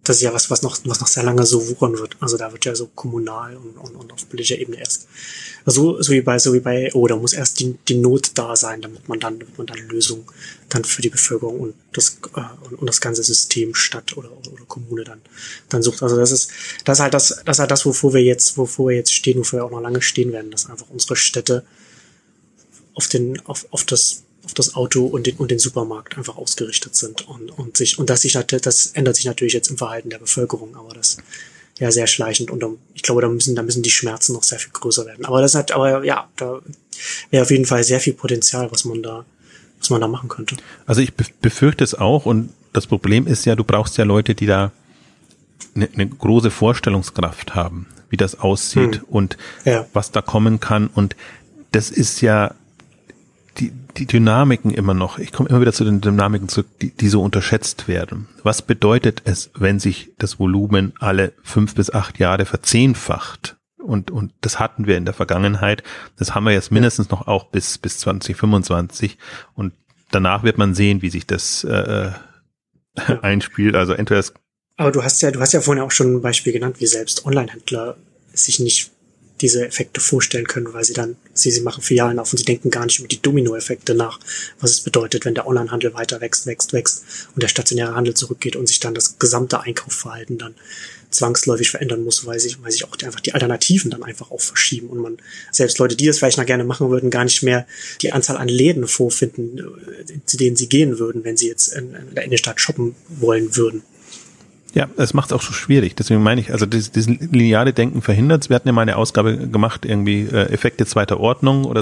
das ist ja was noch sehr lange so wuchern wird. Also da wird ja so kommunal und auf politischer Ebene erst. So wie bei, da muss erst die Not da sein, damit man dann Lösungen dann für die Bevölkerung und das ganze System Stadt oder Kommune dann sucht. Also das ist halt das, wovor wir jetzt stehen, wofür wir auch noch lange stehen werden, dass einfach unsere Städte auf das Auto und den Supermarkt einfach ausgerichtet sind und das ändert sich natürlich jetzt im Verhalten der Bevölkerung, aber das ja sehr schleichend und ich glaube, da müssen die Schmerzen noch sehr viel größer werden. Aber da wäre auf jeden Fall sehr viel Potenzial, was man da machen könnte. Also ich befürchte es auch und das Problem ist ja, du brauchst ja Leute, die da eine große Vorstellungskraft haben, wie das aussieht und was da kommen kann und das ist ja die Dynamiken immer noch, ich komme immer wieder zu den Dynamiken zurück, die so unterschätzt werden. Was bedeutet es, wenn sich das Volumen alle 5 bis 8 Jahre verzehnfacht? Und das hatten wir in der Vergangenheit. Das haben wir jetzt mindestens noch auch bis 2025. Und danach wird man sehen, wie sich das einspielt. Also entweder aber du hast ja vorhin auch schon ein Beispiel genannt, wie selbst Online-Händler sich nicht diese Effekte vorstellen können, weil sie machen Filialen auf und sie denken gar nicht über die Dominoeffekte nach, was es bedeutet, wenn der Onlinehandel weiter wächst und der stationäre Handel zurückgeht und sich dann das gesamte Einkaufsverhalten dann zwangsläufig verändern muss, weil sich auch einfach die Alternativen dann einfach auch verschieben und man selbst Leute, die das vielleicht noch gerne machen würden, gar nicht mehr die Anzahl an Läden vorfinden, zu denen sie gehen würden, wenn sie jetzt in der Innenstadt shoppen wollen würden. Ja, es macht es auch so schwierig. Deswegen meine ich, also dieses lineare Denken verhindert es. Wir hatten ja mal eine Ausgabe gemacht, irgendwie Effekte zweiter Ordnung oder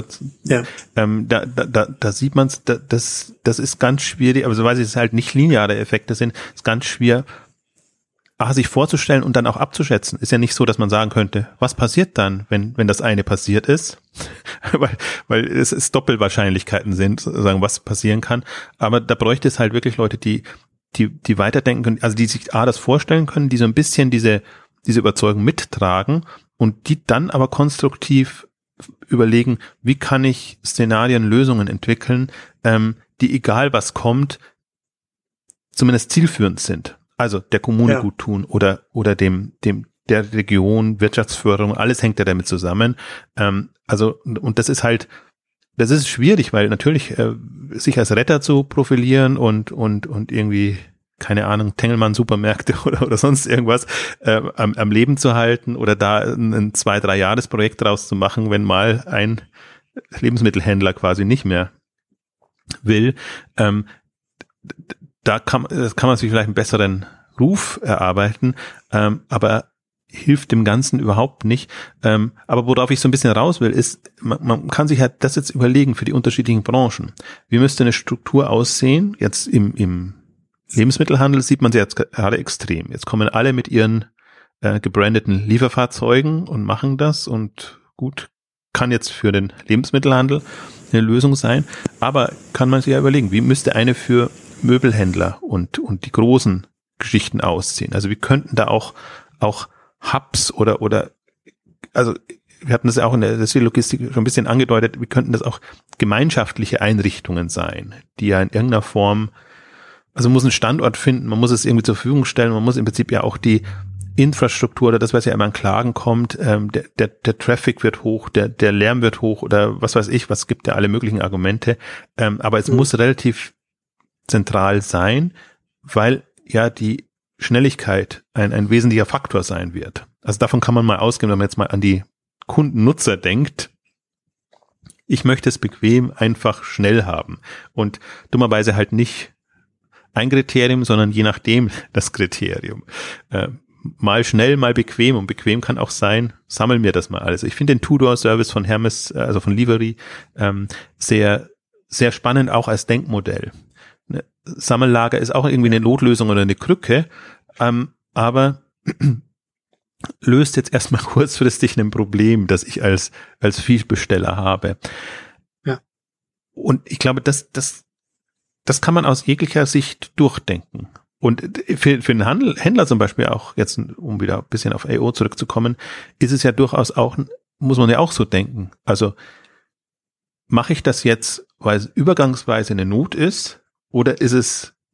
da sieht man es, das ist ganz schwierig, aber so weil es halt nicht lineare Effekte sind, ist ganz schwer, sich vorzustellen und dann auch abzuschätzen. Ist ja nicht so, dass man sagen könnte, was passiert dann, wenn das eine passiert ist? weil es Doppelwahrscheinlichkeiten sind, sagen, was passieren kann. Aber da bräuchte es halt wirklich Leute, die weiterdenken können, also die sich das vorstellen können, die so ein bisschen diese Überzeugung mittragen und die dann aber konstruktiv überlegen, wie kann ich Szenarien, Lösungen entwickeln, die egal was kommt, zumindest zielführend sind. Also der Kommune gut tun oder der Region, Wirtschaftsförderung, alles hängt ja damit zusammen. Und das ist halt, das ist schwierig, weil natürlich sich als Retter zu profilieren und irgendwie, keine Ahnung, Tengelmann-Supermärkte oder sonst irgendwas am Leben zu halten oder da ein 2-3-Jahres-Projekt draus zu machen, wenn mal ein Lebensmittelhändler quasi nicht mehr will. Das kann man sich vielleicht einen besseren Ruf erarbeiten, aber hilft dem Ganzen überhaupt nicht. Aber worauf ich so ein bisschen raus will, ist, man kann sich halt das jetzt überlegen für die unterschiedlichen Branchen. Wie müsste eine Struktur aussehen? Jetzt im Lebensmittelhandel sieht man sie jetzt gerade extrem. Jetzt kommen alle mit ihren gebrandeten Lieferfahrzeugen und machen das und gut, kann jetzt für den Lebensmittelhandel eine Lösung sein. Aber kann man sich ja überlegen, wie müsste eine für Möbelhändler und die großen Geschichten aussehen? Also wir könnten da auch Hubs oder also wir hatten das ja auch in der Logistik schon ein bisschen angedeutet, wir könnten das auch gemeinschaftliche Einrichtungen sein, die ja in irgendeiner Form, also man muss einen Standort finden, man muss es irgendwie zur Verfügung stellen, man muss im Prinzip ja auch die Infrastruktur oder das, was ja immer an Klagen kommt, der Traffic wird hoch, der Lärm wird hoch oder was weiß ich, was gibt ja alle möglichen Argumente, aber es muss relativ zentral sein, weil ja die Schnelligkeit ein wesentlicher Faktor sein wird. Also davon kann man mal ausgehen, wenn man jetzt mal an die Kundennutzer denkt. Ich möchte es bequem, einfach, schnell haben. Und dummerweise halt nicht ein Kriterium, sondern je nachdem das Kriterium. Mal schnell, mal bequem. Und bequem kann auch sein, sammel mir das mal alles. Ich finde den Two-Door-Service von Hermes, also von Livery, sehr, sehr spannend, auch als Denkmodell. Sammellager ist auch irgendwie eine Notlösung oder eine Krücke, aber löst jetzt erstmal kurzfristig ein Problem, das ich als Viehbesteller habe. Ja. Und ich glaube, das kann man aus jeglicher Sicht durchdenken. Und für den Händler zum Beispiel auch, jetzt um wieder ein bisschen auf AO zurückzukommen, ist es ja durchaus auch, muss man ja auch so denken. Also mache ich das jetzt, weil es übergangsweise eine Not ist, oder ist es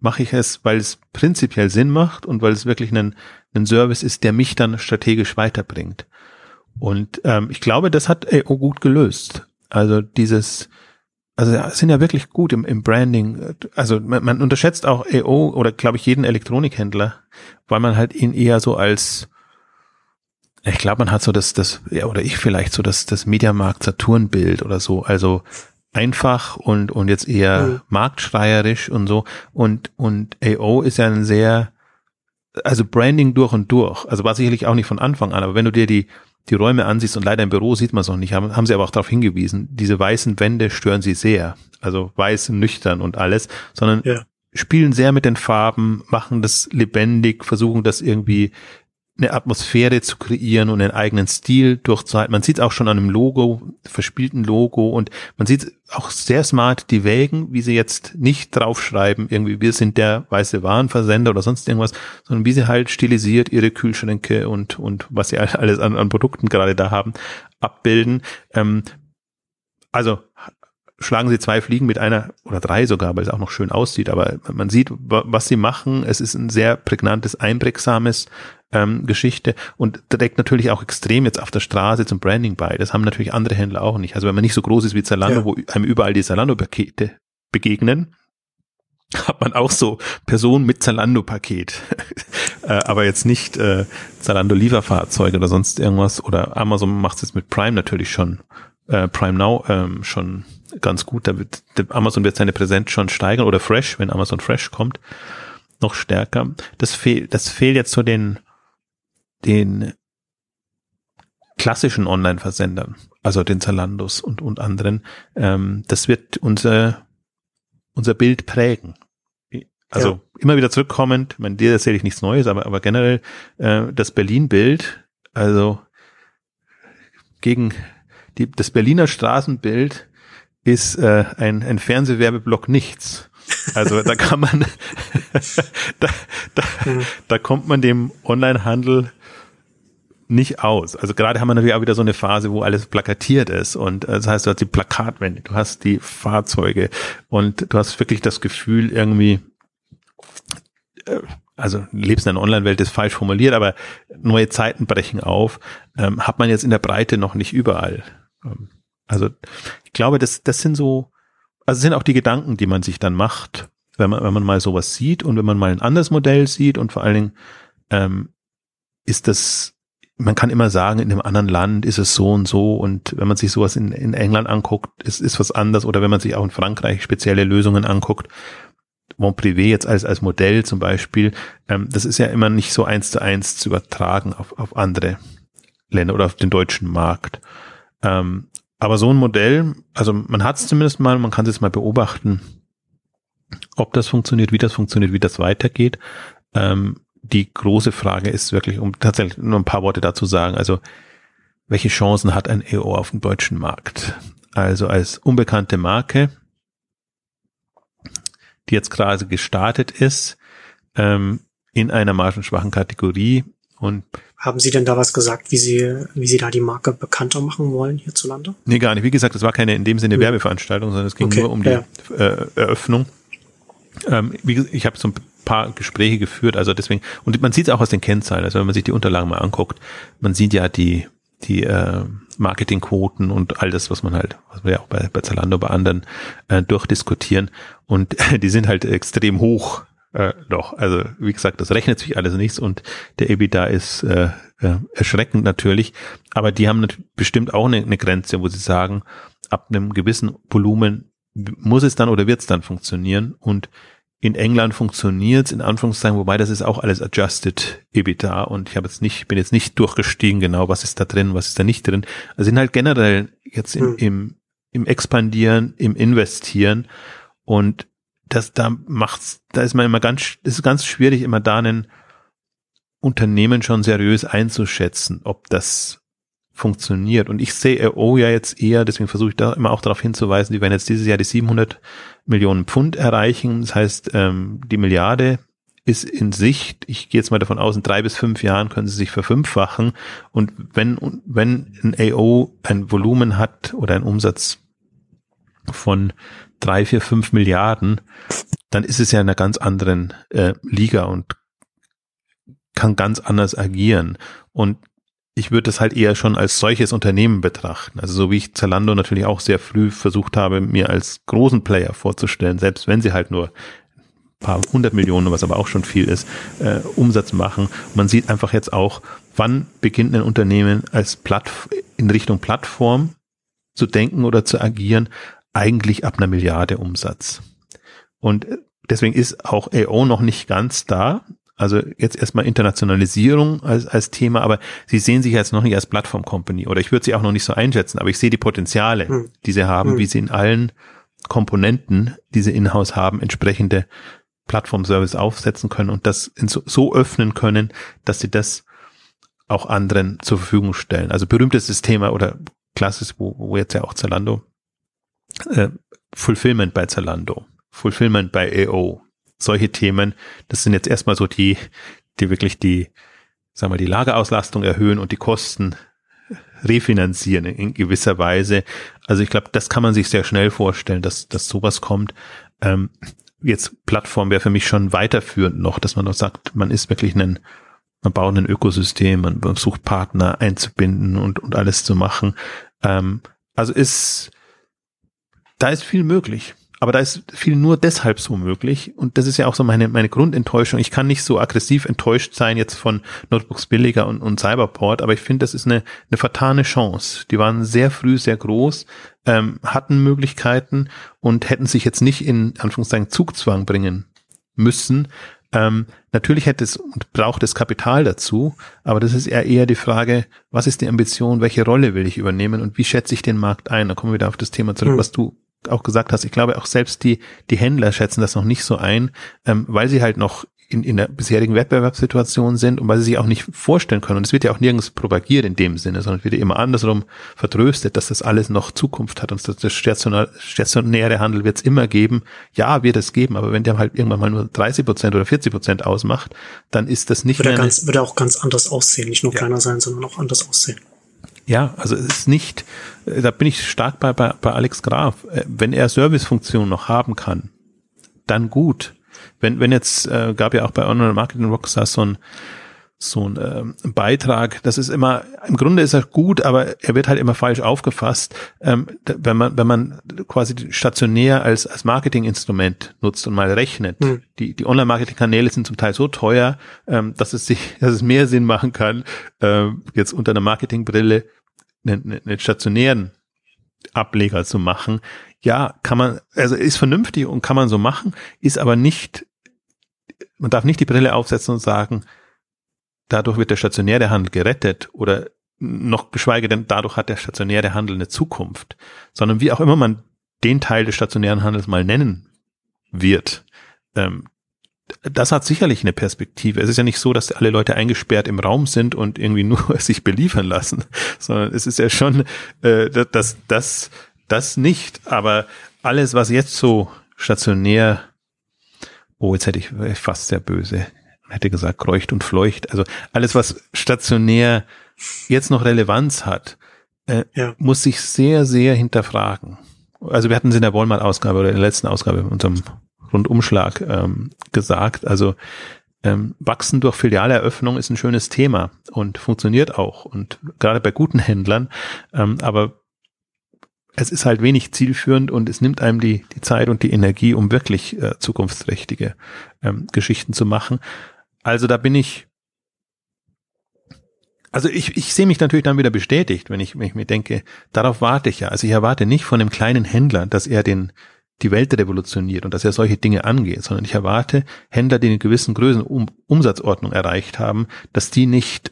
mache ich es, weil es prinzipiell Sinn macht und weil es wirklich ein Service ist, der mich dann strategisch weiterbringt. Und ich glaube, das hat AO gut gelöst. Also sind ja wirklich gut im Branding. Also man unterschätzt auch AO oder glaube ich jeden Elektronikhändler, weil man halt ihn eher so als, ich glaube, man hat so oder ich vielleicht so das Mediamarkt Saturn-Bild oder so. Also einfach und jetzt eher marktschreierisch und so. Und AO ist ja ein sehr, also Branding durch und durch. Also war sicherlich auch nicht von Anfang an, aber wenn du dir die Räume ansiehst und leider im Büro sieht man es noch nicht, haben sie aber auch darauf hingewiesen, diese weißen Wände stören sie sehr. Also weiß, nüchtern und alles, sondern spielen sehr mit den Farben, machen das lebendig, versuchen das irgendwie eine Atmosphäre zu kreieren und einen eigenen Stil durchzuhalten. Man sieht auch schon an einem Logo, verspielten Logo, und man sieht auch sehr smart die Wägen, wie sie jetzt nicht draufschreiben, irgendwie wir sind der weiße Warenversender oder sonst irgendwas, sondern wie sie halt stilisiert ihre Kühlschränke und was sie alles an Produkten gerade da haben, abbilden. Also schlagen sie 2 Fliegen mit einer oder 3 sogar, weil es auch noch schön aussieht, aber man sieht, was sie machen. Es ist ein sehr prägnantes, einprägsames Geschichte und trägt natürlich auch extrem jetzt auf der Straße zum Branding bei. Das haben natürlich andere Händler auch nicht. Also wenn man nicht so groß ist wie Zalando, wo einem überall die Zalando-Pakete begegnen, hat man auch so Personen mit Zalando-Paket. Aber jetzt nicht Zalando-Lieferfahrzeuge oder sonst irgendwas. Oder Amazon macht es jetzt mit Prime natürlich schon, Prime Now schon ganz gut. Amazon wird seine Präsenz schon steigern, oder Fresh, wenn Amazon Fresh kommt, noch stärker. Das fehlt jetzt so den klassischen Online-Versendern, also den Zalandos und anderen. Das wird unser Bild prägen. Also immer wieder zurückkommend, dir erzähle ich nichts Neues, aber generell das Berlin-Bild, also gegen das Berliner Straßenbild ist ein Fernsehwerbeblock nichts. Also da kann man, da kommt man dem Onlinehandel nicht aus. Also gerade haben wir natürlich auch wieder so eine Phase, wo alles plakatiert ist, und das heißt, du hast die Plakatwände, du hast die Fahrzeuge und du hast wirklich das Gefühl irgendwie, also lebst in einer Online-Welt, ist falsch formuliert, aber neue Zeiten brechen auf, hat man jetzt in der Breite noch nicht überall. Also ich glaube, das sind so, also sind auch die Gedanken, die man sich dann macht, wenn man mal sowas sieht und wenn man mal ein anderes Modell sieht, und vor allen Dingen ist das, man kann immer sagen, in einem anderen Land ist es so und so, und wenn man sich sowas in England anguckt, ist was anders, oder wenn man sich auch in Frankreich spezielle Lösungen anguckt, Mon Privé jetzt als Modell zum Beispiel, das ist ja immer nicht so 1:1 zu übertragen auf andere Länder oder auf den deutschen Markt. Aber so ein Modell, also man hat es zumindest mal, man kann es jetzt mal beobachten, ob das funktioniert, wie das weitergeht. Die große Frage ist wirklich, um tatsächlich nur ein paar Worte dazu sagen, also welche Chancen hat ein AO auf dem deutschen Markt? Also als unbekannte Marke, die jetzt gerade gestartet ist, in einer margenschwachen Kategorie. Und haben Sie denn da was gesagt, wie Sie da die Marke bekannter machen wollen hierzulande? Nee, gar nicht. Wie gesagt, das war keine in dem Sinne Werbeveranstaltung, sondern es ging nur um die Eröffnung. Ich habe so ein paar Gespräche geführt, also deswegen, und man sieht es auch aus den Kennzahlen, also wenn man sich die Unterlagen mal anguckt, man sieht ja die Marketingquoten und all das, was wir auch bei Zalando, bei anderen durchdiskutieren, und die sind halt extrem hoch. Doch, also wie gesagt, das rechnet sich alles nichts, und der EBITDA ist erschreckend natürlich, aber die haben bestimmt auch eine Grenze, wo sie sagen, ab einem gewissen Volumen muss es dann oder wird es dann funktionieren, und in England funktioniert es, in Anführungszeichen, wobei das ist auch alles adjusted EBITDA, und ich bin jetzt nicht durchgestiegen genau, was ist da drin, was ist da nicht drin. Also sind halt generell jetzt im Expandieren, im Investieren, und ist man immer ist ganz schwierig, immer da ein Unternehmen schon seriös einzuschätzen, ob das funktioniert. Und ich sehe AO ja jetzt eher, deswegen versuche ich da immer auch darauf hinzuweisen, die werden jetzt dieses Jahr die 700 Millionen Pfund erreichen. Das heißt, die Milliarde ist in Sicht. Ich gehe jetzt mal davon aus, in 3 bis 5 Jahren können sie sich verfünffachen. Und wenn ein AO ein Volumen hat oder einen Umsatz von 3, 4, 5 Milliarden, dann ist es ja in einer ganz anderen Liga und kann ganz anders agieren. Und ich würde das halt eher schon als solches Unternehmen betrachten. Also so wie ich Zalando natürlich auch sehr früh versucht habe, mir als großen Player vorzustellen, selbst wenn sie halt nur ein paar 100 Millionen, was aber auch schon viel ist, Umsatz machen. Man sieht einfach jetzt auch, wann beginnt ein Unternehmen als in Richtung Plattform zu denken oder zu agieren, eigentlich ab 1 Milliarde Umsatz. Und deswegen ist auch AO noch nicht ganz da. Also jetzt erstmal Internationalisierung als Thema, aber sie sehen sich jetzt noch nicht als Plattform-Company oder ich würde sie auch noch nicht so einschätzen, aber ich sehe die Potenziale, die sie haben, wie sie in allen Komponenten, die sie in-house haben, entsprechende Plattform-Service aufsetzen können und das so öffnen können, dass sie das auch anderen zur Verfügung stellen. Also berühmtestes Thema oder klassisch, wo jetzt ja auch Zalando, Fulfillment bei Zalando, Fulfillment bei AO, solche Themen, das sind jetzt erstmal so die wirklich die Lagerauslastung erhöhen und die Kosten refinanzieren in gewisser Weise. Also ich glaube, das kann man sich sehr schnell vorstellen, dass sowas kommt. Jetzt Plattform wäre für mich schon weiterführend noch, dass man noch sagt, man ist wirklich man baut ein Ökosystem, man versucht Partner einzubinden und alles zu machen. Also da ist viel möglich. Aber da ist viel nur deshalb so möglich. Und das ist ja auch so meine Grundenttäuschung. Ich kann nicht so aggressiv enttäuscht sein jetzt von Notebooks Billiger und Cyberport, aber ich finde, das ist eine vertane Chance. Die waren sehr früh sehr groß, hatten Möglichkeiten und hätten sich jetzt nicht in Anführungszeichen Zugzwang bringen müssen. Natürlich hätte es und braucht es Kapital dazu, aber das ist eher die Frage, was ist die Ambition, welche Rolle will ich übernehmen und wie schätze ich den Markt ein? Da kommen wir wieder auf das Thema zurück, was du auch gesagt hast. Ich glaube, auch selbst die Händler schätzen das noch nicht so ein, weil sie halt noch in der bisherigen Wettbewerbssituation sind und weil sie sich auch nicht vorstellen können. Und es wird ja auch nirgends propagiert in dem Sinne, sondern es wird ja immer andersrum vertröstet, dass das alles noch Zukunft hat und das stationäre Handel wird es immer geben. Ja, wird es geben, aber wenn der halt irgendwann mal nur 30% oder 40% ausmacht, dann ist das nicht mehr... Wird er auch ganz anders aussehen, nicht nur kleiner sein, sondern auch anders aussehen. Ja, also es ist nicht, da bin ich stark bei Alex Graf. Wenn er Servicefunktionen noch haben kann, dann gut. Wenn jetzt, gab ja auch bei Online Marketing Rockstars so ein Beitrag, das ist immer, im Grunde ist er gut, aber er wird halt immer falsch aufgefasst, wenn man quasi stationär als Marketinginstrument nutzt und mal rechnet. Die Online-Marketing-Kanäle sind zum Teil so teuer, dass es mehr Sinn machen kann, jetzt unter einer Marketingbrille einen stationären Ableger zu machen. Ja, kann man, also ist vernünftig und kann man so machen, ist aber nicht, man darf nicht die Brille aufsetzen und sagen, dadurch wird der stationäre Handel gerettet oder noch geschweige denn, dadurch hat der stationäre Handel eine Zukunft, sondern wie auch immer man den Teil des stationären Handels mal nennen wird, das hat sicherlich eine Perspektive. Es ist ja nicht so, dass alle Leute eingesperrt im Raum sind und irgendwie nur sich beliefern lassen, sondern es ist ja schon, das nicht, aber alles, was jetzt so stationär, jetzt hätte ich fast sehr böse, hätte gesagt, kreucht und fleucht, also alles, was stationär jetzt noch Relevanz hat, muss sich sehr, sehr hinterfragen. Also wir hatten es in der Walmart-Ausgabe oder in der letzten Ausgabe in unserem Rundumschlag gesagt, also Wachsen durch Filialeröffnung ist ein schönes Thema und funktioniert auch und gerade bei guten Händlern, aber es ist halt wenig zielführend und es nimmt einem die Zeit und die Energie, um wirklich zukunftsträchtige Geschichten zu machen. Also da bin ich, also ich sehe mich natürlich dann wieder bestätigt, wenn ich mir denke, darauf warte ich ja. Also ich erwarte nicht von einem kleinen Händler, dass er die Welt revolutioniert und dass er solche Dinge angeht, sondern ich erwarte Händler, die eine gewissen Umsatzordnung erreicht haben, dass die nicht,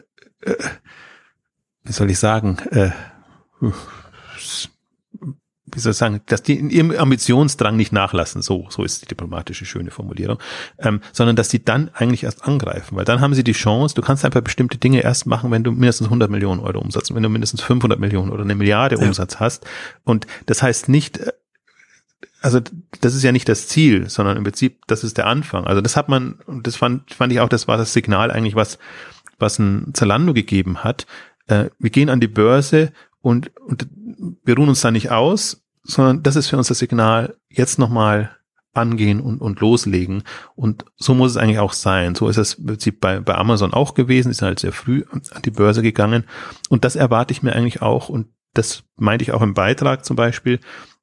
dass die in ihrem Ambitionsdrang nicht nachlassen, so ist die diplomatische schöne Formulierung, sondern dass die dann eigentlich erst angreifen, weil dann haben sie die Chance, du kannst einfach bestimmte Dinge erst machen, wenn du mindestens 100 Millionen Euro Umsatz, wenn du mindestens 500 Millionen oder 1 Milliarde Umsatz hast und das heißt nicht, also das ist ja nicht das Ziel, sondern im Prinzip, das ist der Anfang. Also das hat man, und das fand ich auch, das war das Signal eigentlich, was ein Zalando gegeben hat. Wir gehen an die Börse und wir ruhen uns da nicht aus, sondern das ist für uns das Signal, jetzt nochmal angehen und loslegen. Und so muss es eigentlich auch sein. So ist es im Prinzip bei Amazon auch gewesen. Die sind halt sehr früh an die Börse gegangen. Und das erwarte ich mir eigentlich auch. Und das meinte ich auch im Beitrag zum Beispiel.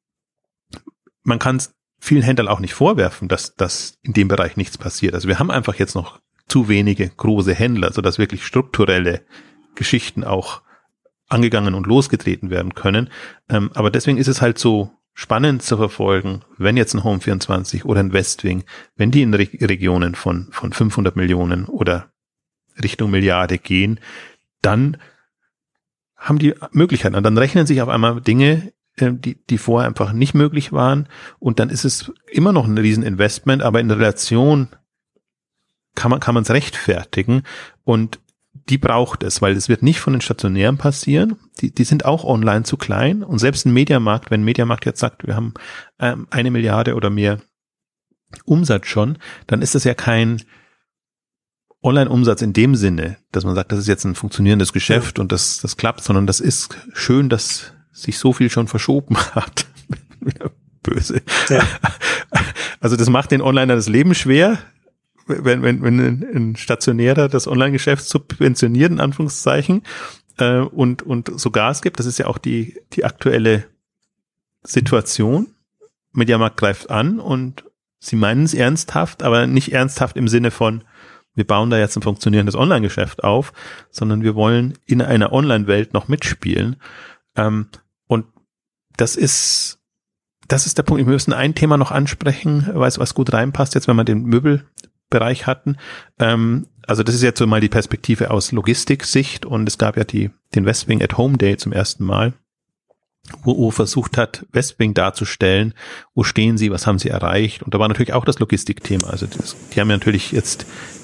Man kann es vielen Händlern auch nicht vorwerfen, dass in dem Bereich nichts passiert. Also wir haben einfach jetzt noch zu wenige große Händler, sodass wirklich strukturelle Geschichten auch angegangen und losgetreten werden können. Aber deswegen ist es halt so spannend zu verfolgen, wenn jetzt ein Home24 oder ein Westwing, wenn die in Regionen von 500 Millionen oder Richtung Milliarde gehen, dann haben die Möglichkeiten. Und dann rechnen sich auf einmal Dinge, die vorher einfach nicht möglich waren. Und dann ist es immer noch ein Rieseninvestment, aber in Relation kann man es rechtfertigen. Und die braucht es, weil es wird nicht von den Stationären passieren. Die sind auch online zu klein. Und selbst ein Mediamarkt, wenn ein Mediamarkt jetzt sagt, wir haben 1 Milliarde oder mehr Umsatz schon, dann ist das ja kein Online-Umsatz in dem Sinne, dass man sagt, das ist jetzt ein funktionierendes Geschäft und das klappt, sondern das ist schön, dass sich so viel schon verschoben hat. Böse. Ja. Also das macht den Onliner das Leben schwer, wenn ein Stationärer das Online-Geschäft subventioniert, in Anführungszeichen, und so Gas gibt. Das ist ja auch die aktuelle Situation. Mediamarkt greift an und sie meinen es ernsthaft, aber nicht ernsthaft im Sinne von, wir bauen da jetzt ein funktionierendes Online-Geschäft auf, sondern wir wollen in einer Online-Welt noch mitspielen. Und das ist der Punkt. Wir müssen ein Thema noch ansprechen, was gut reinpasst, jetzt wenn wir den Möbelbereich hatten. Also das ist jetzt so mal die Perspektive aus Logistiksicht und es gab ja den Westwing at Home Day zum ersten Mal, wo versucht hat, Westwing darzustellen, wo stehen sie, was haben sie erreicht, und da war natürlich auch das Logistikthema. Also die haben ja natürlich jetzt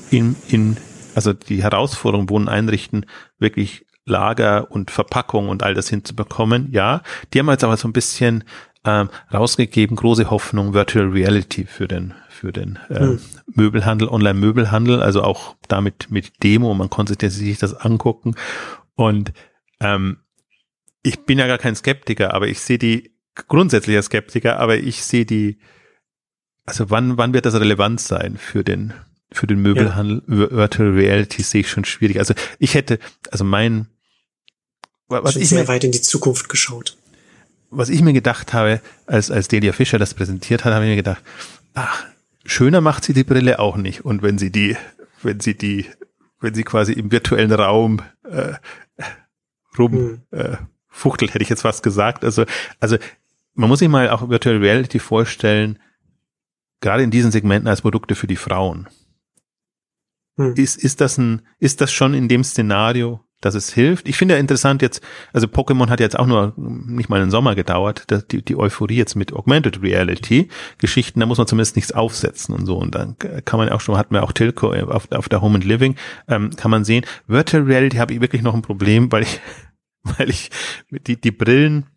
also die Herausforderung, Wohnen einrichten, wirklich Lager und Verpackung und all das hinzubekommen. Ja, die haben jetzt aber so ein bisschen rausgegeben, große Hoffnung, Virtual Reality für den Möbelhandel, Online-Möbelhandel, also auch damit mit Demo, man konnte sich das angucken. Und ich bin ja gar kein Skeptiker, aber ich sehe grundsätzlicher Skeptiker, aber ich sehe also wann wird das relevant sein für den Möbelhandel? Ja. Virtual Reality sehe ich schon schwierig. Also was ich sehr weit in die Zukunft geschaut. Was ich mir gedacht habe, als Delia Fischer das präsentiert hat, habe ich mir gedacht, schöner macht sie die Brille auch nicht. Und wenn sie quasi im virtuellen Raum fuchtelt, hätte ich jetzt fast gesagt. Also man muss sich mal auch Virtual Reality vorstellen, gerade in diesen Segmenten als Produkte für die Frauen. Ist das schon in dem Szenario, dass es hilft? Ich finde ja interessant jetzt, also Pokémon hat jetzt auch nur nicht mal einen Sommer gedauert, die Euphorie jetzt mit Augmented Reality Geschichten, da muss man zumindest nichts aufsetzen und so, und dann kann man auch schon, hatten wir auch Tilco auf der Home and Living, kann man sehen, Virtual Reality habe ich wirklich noch ein Problem, weil ich die Brillen.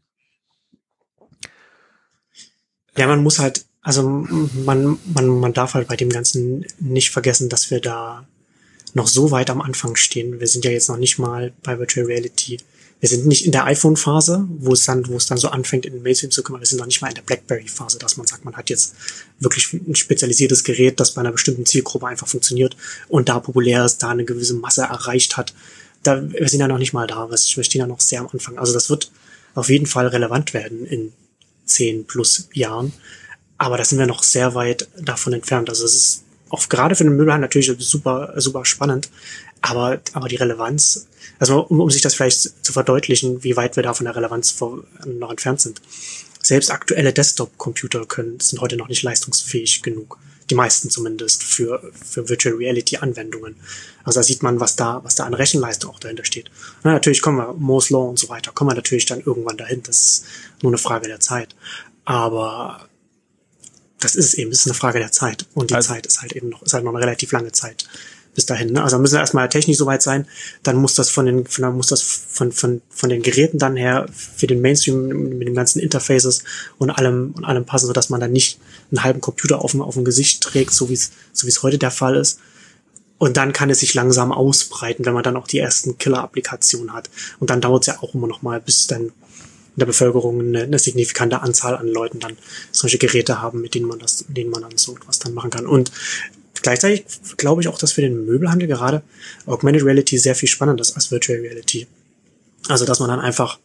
Ja, man muss halt, also man darf halt bei dem Ganzen nicht vergessen, dass wir da noch so weit am Anfang stehen. Wir sind ja jetzt noch nicht mal bei Virtual Reality. Wir sind nicht in der iPhone-Phase, wo es dann so anfängt, in den Mainstream zu kommen. Wir sind noch nicht mal in der BlackBerry-Phase, dass man sagt, man hat jetzt wirklich ein spezialisiertes Gerät, das bei einer bestimmten Zielgruppe einfach funktioniert und da populär ist, da eine gewisse Masse erreicht hat. Wir sind ja noch nicht mal da. Wir stehen ja noch sehr am Anfang. Also das wird auf jeden Fall relevant werden in 10 plus Jahren. Aber da sind wir noch sehr weit davon entfernt. Also es ist auch gerade für den Möbelhandel natürlich super, super spannend. Aber die Relevanz, also um sich das vielleicht zu verdeutlichen, wie weit wir da von der Relevanz noch entfernt sind. Selbst aktuelle Desktop-Computer sind heute noch nicht leistungsfähig genug. Die meisten zumindest für Virtual Reality Anwendungen. Also da sieht man, was da an Rechenleistung auch dahinter steht. Na, natürlich kommen wir, Moore's Law und so weiter, kommen wir natürlich dann irgendwann dahin. Das ist nur eine Frage der Zeit. Aber das ist eine Frage der Zeit. Und die Zeit ist halt noch eine relativ lange Zeit bis dahin. Ne? Also müssen wir erstmal technisch soweit sein, dann muss das von den Geräten dann her für den Mainstream mit den ganzen Interfaces und allem passen, sodass man dann nicht einen halben Computer auf dem Gesicht trägt, so wie es heute der Fall ist. Und dann kann es sich langsam ausbreiten, wenn man dann auch die ersten Killer-Applikationen hat. Und dann dauert es ja auch immer noch mal, bis dann der Bevölkerung eine signifikante Anzahl an Leuten dann solche Geräte haben, mit denen man dann so was dann machen kann. Und gleichzeitig glaube ich auch, dass für den Möbelhandel gerade Augmented Reality sehr viel spannender ist als Virtual Reality. Also, dass man dann einfach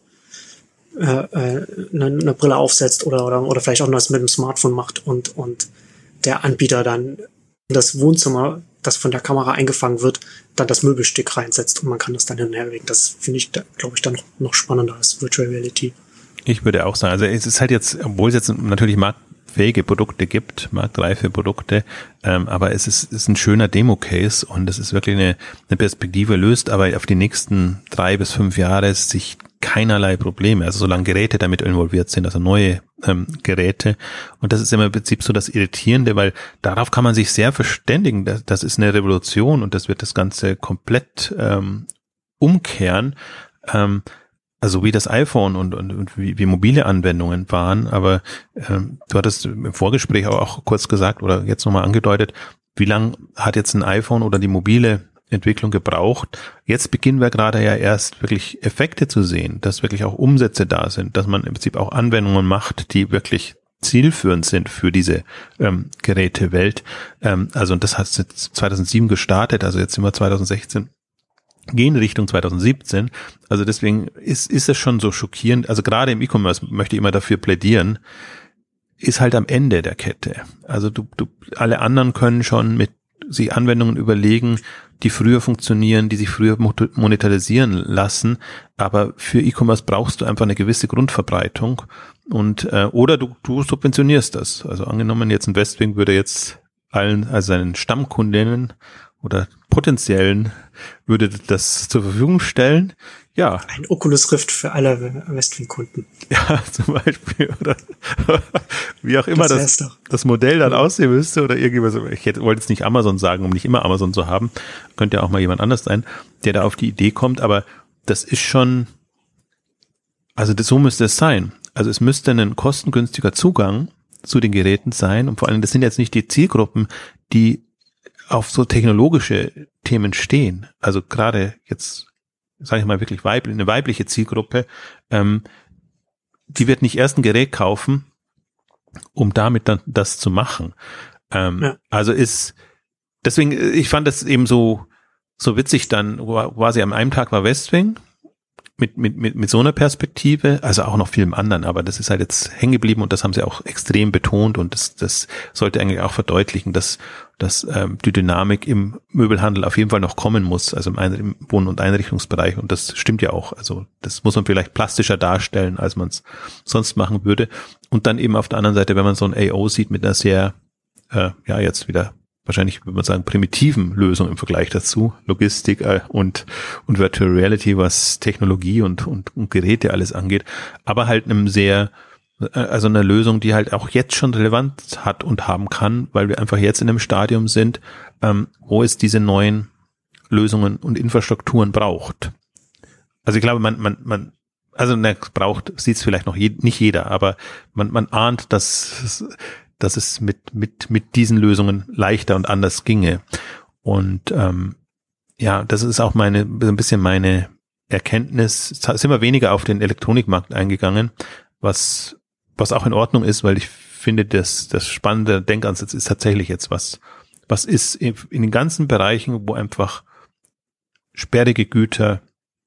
eine Brille aufsetzt oder vielleicht auch das mit dem Smartphone macht und der Anbieter dann in das Wohnzimmer, das von der Kamera eingefangen wird, dann das Möbelstück reinsetzt und man kann das dann hin und her bewegen. Das finde ich, glaube ich, dann noch spannender als Virtual Reality. Ich würde auch sagen, also es ist halt jetzt, obwohl es jetzt natürlich marktfähige Produkte gibt, marktreife Produkte, aber es ist ein schöner Demo-Case und es ist wirklich eine Perspektive, löst aber auf die nächsten 3 bis 5 Jahre sich keinerlei Probleme, also solange Geräte damit involviert sind, also neue Geräte. Und das ist immer im Prinzip so das Irritierende, weil darauf kann man sich sehr verständigen. Das ist eine Revolution und das wird das Ganze komplett umkehren. Also wie das iPhone und wie mobile Anwendungen waren. Aber du hattest im Vorgespräch auch kurz gesagt oder jetzt nochmal angedeutet, wie lang hat jetzt ein iPhone oder die mobile Entwicklung gebraucht. Jetzt beginnen wir gerade ja erst wirklich Effekte zu sehen, dass wirklich auch Umsätze da sind, dass man im Prinzip auch Anwendungen macht, die wirklich zielführend sind für diese Gerätewelt. Also und das hat 2007 gestartet, also jetzt sind wir 2016, gehen Richtung 2017. Also deswegen ist es schon so schockierend. Also gerade im E-Commerce möchte ich immer dafür plädieren, ist halt am Ende der Kette. Also alle anderen können schon mit sich Anwendungen überlegen, die früher funktionieren, die sich früher monetarisieren lassen, aber für E-Commerce brauchst du einfach eine gewisse Grundverbreitung und oder du subventionierst das. Also angenommen jetzt ein Westwing würde jetzt allen, also seinen Stammkundinnen oder potenziellen würde das zur Verfügung stellen. Ja. Ein Oculus Rift für alle Westwing-Kunden. Ja, zum Beispiel. Oder wie auch immer das Modell dann aussehen müsste oder irgendwas. Wollte jetzt nicht Amazon sagen, um nicht immer Amazon zu haben. Könnte ja auch mal jemand anders sein, der da auf die Idee kommt. Aber das ist schon, also so müsste es sein. Also es müsste ein kostengünstiger Zugang zu den Geräten sein. Und vor allem, das sind jetzt nicht die Zielgruppen, die auf so technologische Themen stehen. Also gerade jetzt, sage ich mal wirklich eine weibliche Zielgruppe, die wird nicht erst ein Gerät kaufen, um damit dann das zu machen. Ja. Also deswegen, ich fand das eben so witzig dann, quasi an einem Tag war Westwing, mit so einer Perspektive, also auch noch vielem anderen, aber das ist halt jetzt hängen geblieben und das haben sie auch extrem betont und das sollte eigentlich auch verdeutlichen, dass die Dynamik im Möbelhandel auf jeden Fall noch kommen muss, also im Wohn- und Einrichtungsbereich und das stimmt ja auch, also das muss man vielleicht plastischer darstellen, als man es sonst machen würde und dann eben auf der anderen Seite, wenn man so ein AO sieht mit einer sehr, jetzt wieder wahrscheinlich, würde man sagen, primitiven Lösung im Vergleich dazu, Logistik und Virtual Reality, was Technologie und Geräte alles angeht, aber halt also eine Lösung, die halt auch jetzt schon Relevanz hat und haben kann, weil wir einfach jetzt in einem Stadium sind, wo es diese neuen Lösungen und Infrastrukturen braucht. Also ich glaube, sieht es vielleicht noch nicht jeder, aber man ahnt, dass es mit diesen Lösungen leichter und anders ginge. Und das ist auch so ein bisschen meine Erkenntnis. Sind wir weniger auf den Elektronikmarkt eingegangen, was auch in Ordnung ist, weil ich finde, das spannende Denkansatz ist tatsächlich jetzt was ist in den ganzen Bereichen, wo einfach sperrige Güter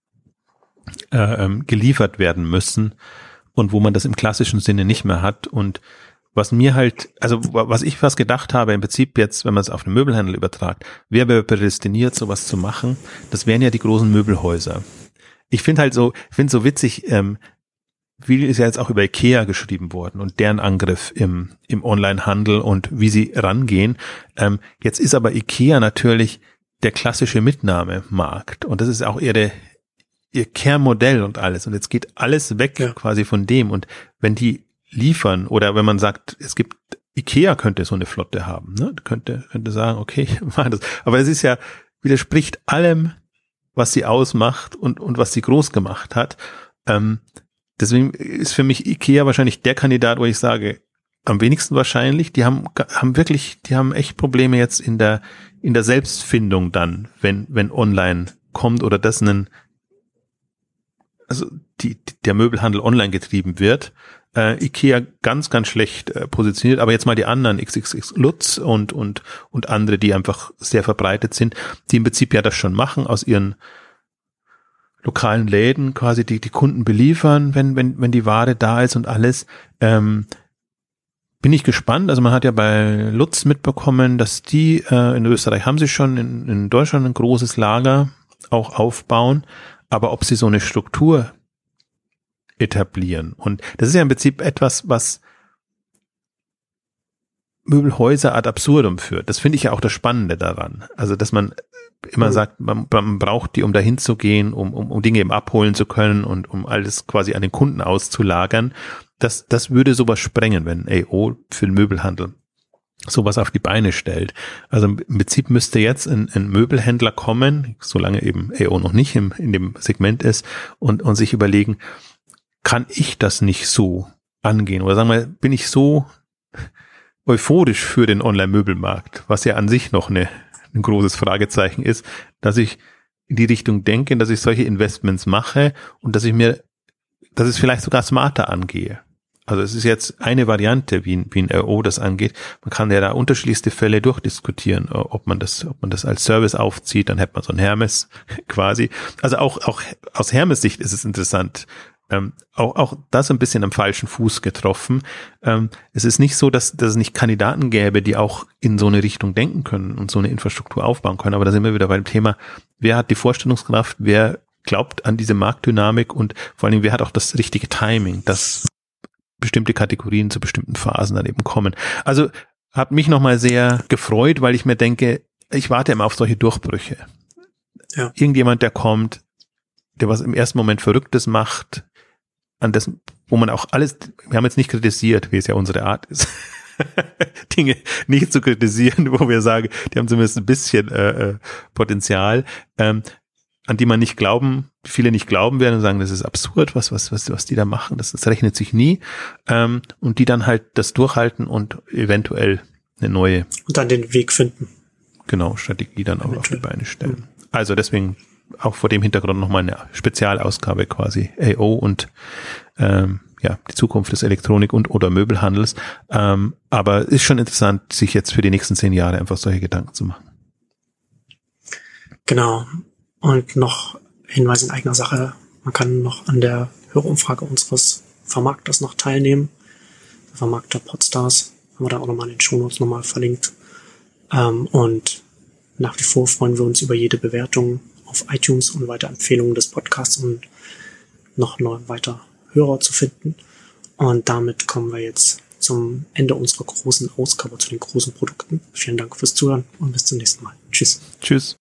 geliefert werden müssen und wo man das im klassischen Sinne nicht mehr hat und was mir halt, also was ich fast gedacht habe, im Prinzip jetzt, wenn man es auf den Möbelhandel übertragt, wer wäre prädestiniert, sowas zu machen, das wären ja die großen Möbelhäuser. Ich finde so witzig, viel ist ja jetzt auch über IKEA geschrieben worden und deren Angriff im Onlinehandel und wie sie rangehen. Jetzt ist aber IKEA natürlich der klassische Mitnahmemarkt und das ist auch ihr Kernmodell und alles und jetzt geht alles weg quasi von dem und wenn die liefern oder wenn man sagt, es gibt IKEA könnte so eine Flotte haben, ne? Könnte sagen, okay, mach das. Aber es ist ja widerspricht allem, was sie ausmacht und was sie groß gemacht hat. Deswegen ist für mich IKEA wahrscheinlich der Kandidat, wo ich sage, am wenigsten wahrscheinlich. Die haben echt Probleme jetzt in der Selbstfindung dann, wenn online kommt oder das also der Möbelhandel online getrieben wird. IKEA ganz, ganz schlecht positioniert, aber jetzt mal die anderen, XXX Lutz und andere, die einfach sehr verbreitet sind, die im Prinzip ja das schon machen, aus ihren lokalen Läden quasi die Kunden beliefern, wenn die Ware da ist und alles. Bin ich gespannt. Also man hat ja bei Lutz mitbekommen, dass die in Österreich haben sie schon in Deutschland ein großes Lager auch aufbauen, aber ob sie so eine Struktur etablieren. Und das ist ja im Prinzip etwas, was Möbelhäuser ad absurdum führt. Das finde ich ja auch das Spannende daran. Also, dass man immer sagt, man braucht die, um dahin zu gehen, um Dinge eben abholen zu können und um alles quasi an den Kunden auszulagern. Das würde sowas sprengen, wenn AO für den Möbelhandel sowas auf die Beine stellt. Also im Prinzip müsste jetzt ein Möbelhändler kommen, solange eben AO noch nicht in dem Segment ist, und sich überlegen, kann ich das nicht so angehen? Oder sagen wir, bin ich so euphorisch für den Online-Möbelmarkt, was ja an sich noch ein großes Fragezeichen ist, dass ich in die Richtung denke, dass ich solche Investments mache und dass ich es vielleicht sogar smarter angehe. Also es ist jetzt eine Variante, wie ein RO das angeht. Man kann ja da unterschiedlichste Fälle durchdiskutieren, ob man das als Service aufzieht, dann hätte man so ein Hermes quasi. Also auch aus Hermes Sicht ist es interessant. Auch das ein bisschen am falschen Fuß getroffen. Es ist nicht so, dass es nicht Kandidaten gäbe, die auch in so eine Richtung denken können und so eine Infrastruktur aufbauen können. Aber da sind wir wieder bei dem Thema, wer hat die Vorstellungskraft, wer glaubt an diese Marktdynamik und vor allen Dingen, wer hat auch das richtige Timing, dass bestimmte Kategorien zu bestimmten Phasen dann eben kommen. Also hat mich nochmal sehr gefreut, weil ich mir denke, ich warte immer auf solche Durchbrüche. Ja. Irgendjemand, der kommt, der was im ersten Moment Verrücktes macht, an das, wo man auch alles, wir haben jetzt nicht kritisiert, wie es ja unsere Art ist, Dinge nicht zu kritisieren, wo wir sagen, die haben zumindest ein bisschen Potenzial, an die man nicht glauben, viele nicht glauben werden und sagen, das ist absurd, was die da machen, das rechnet sich nie, und die dann halt das durchhalten und eventuell eine neue und dann den Weg finden. Genau, Strategie dann auch auf die Beine stellen. Also deswegen auch vor dem Hintergrund nochmal eine Spezialausgabe quasi AO und die Zukunft des Elektronik- und oder Möbelhandels. Aber ist schon interessant, sich jetzt für die nächsten 10 Jahre einfach solche Gedanken zu machen. Genau. Und noch Hinweis in eigener Sache. Man kann noch an der Hörerumfrage unseres Vermarkters noch teilnehmen. Der Vermarkter Podstars. Haben wir da auch nochmal in den Shownotes nochmal verlinkt. Und nach wie vor freuen wir uns über jede Bewertung auf iTunes und weitere Empfehlungen des Podcasts und noch weiter Hörer zu finden. Und damit kommen wir jetzt zum Ende unserer großen Ausgabe zu den großen Produkten. Vielen Dank fürs Zuhören und bis zum nächsten Mal. Tschüss. Tschüss.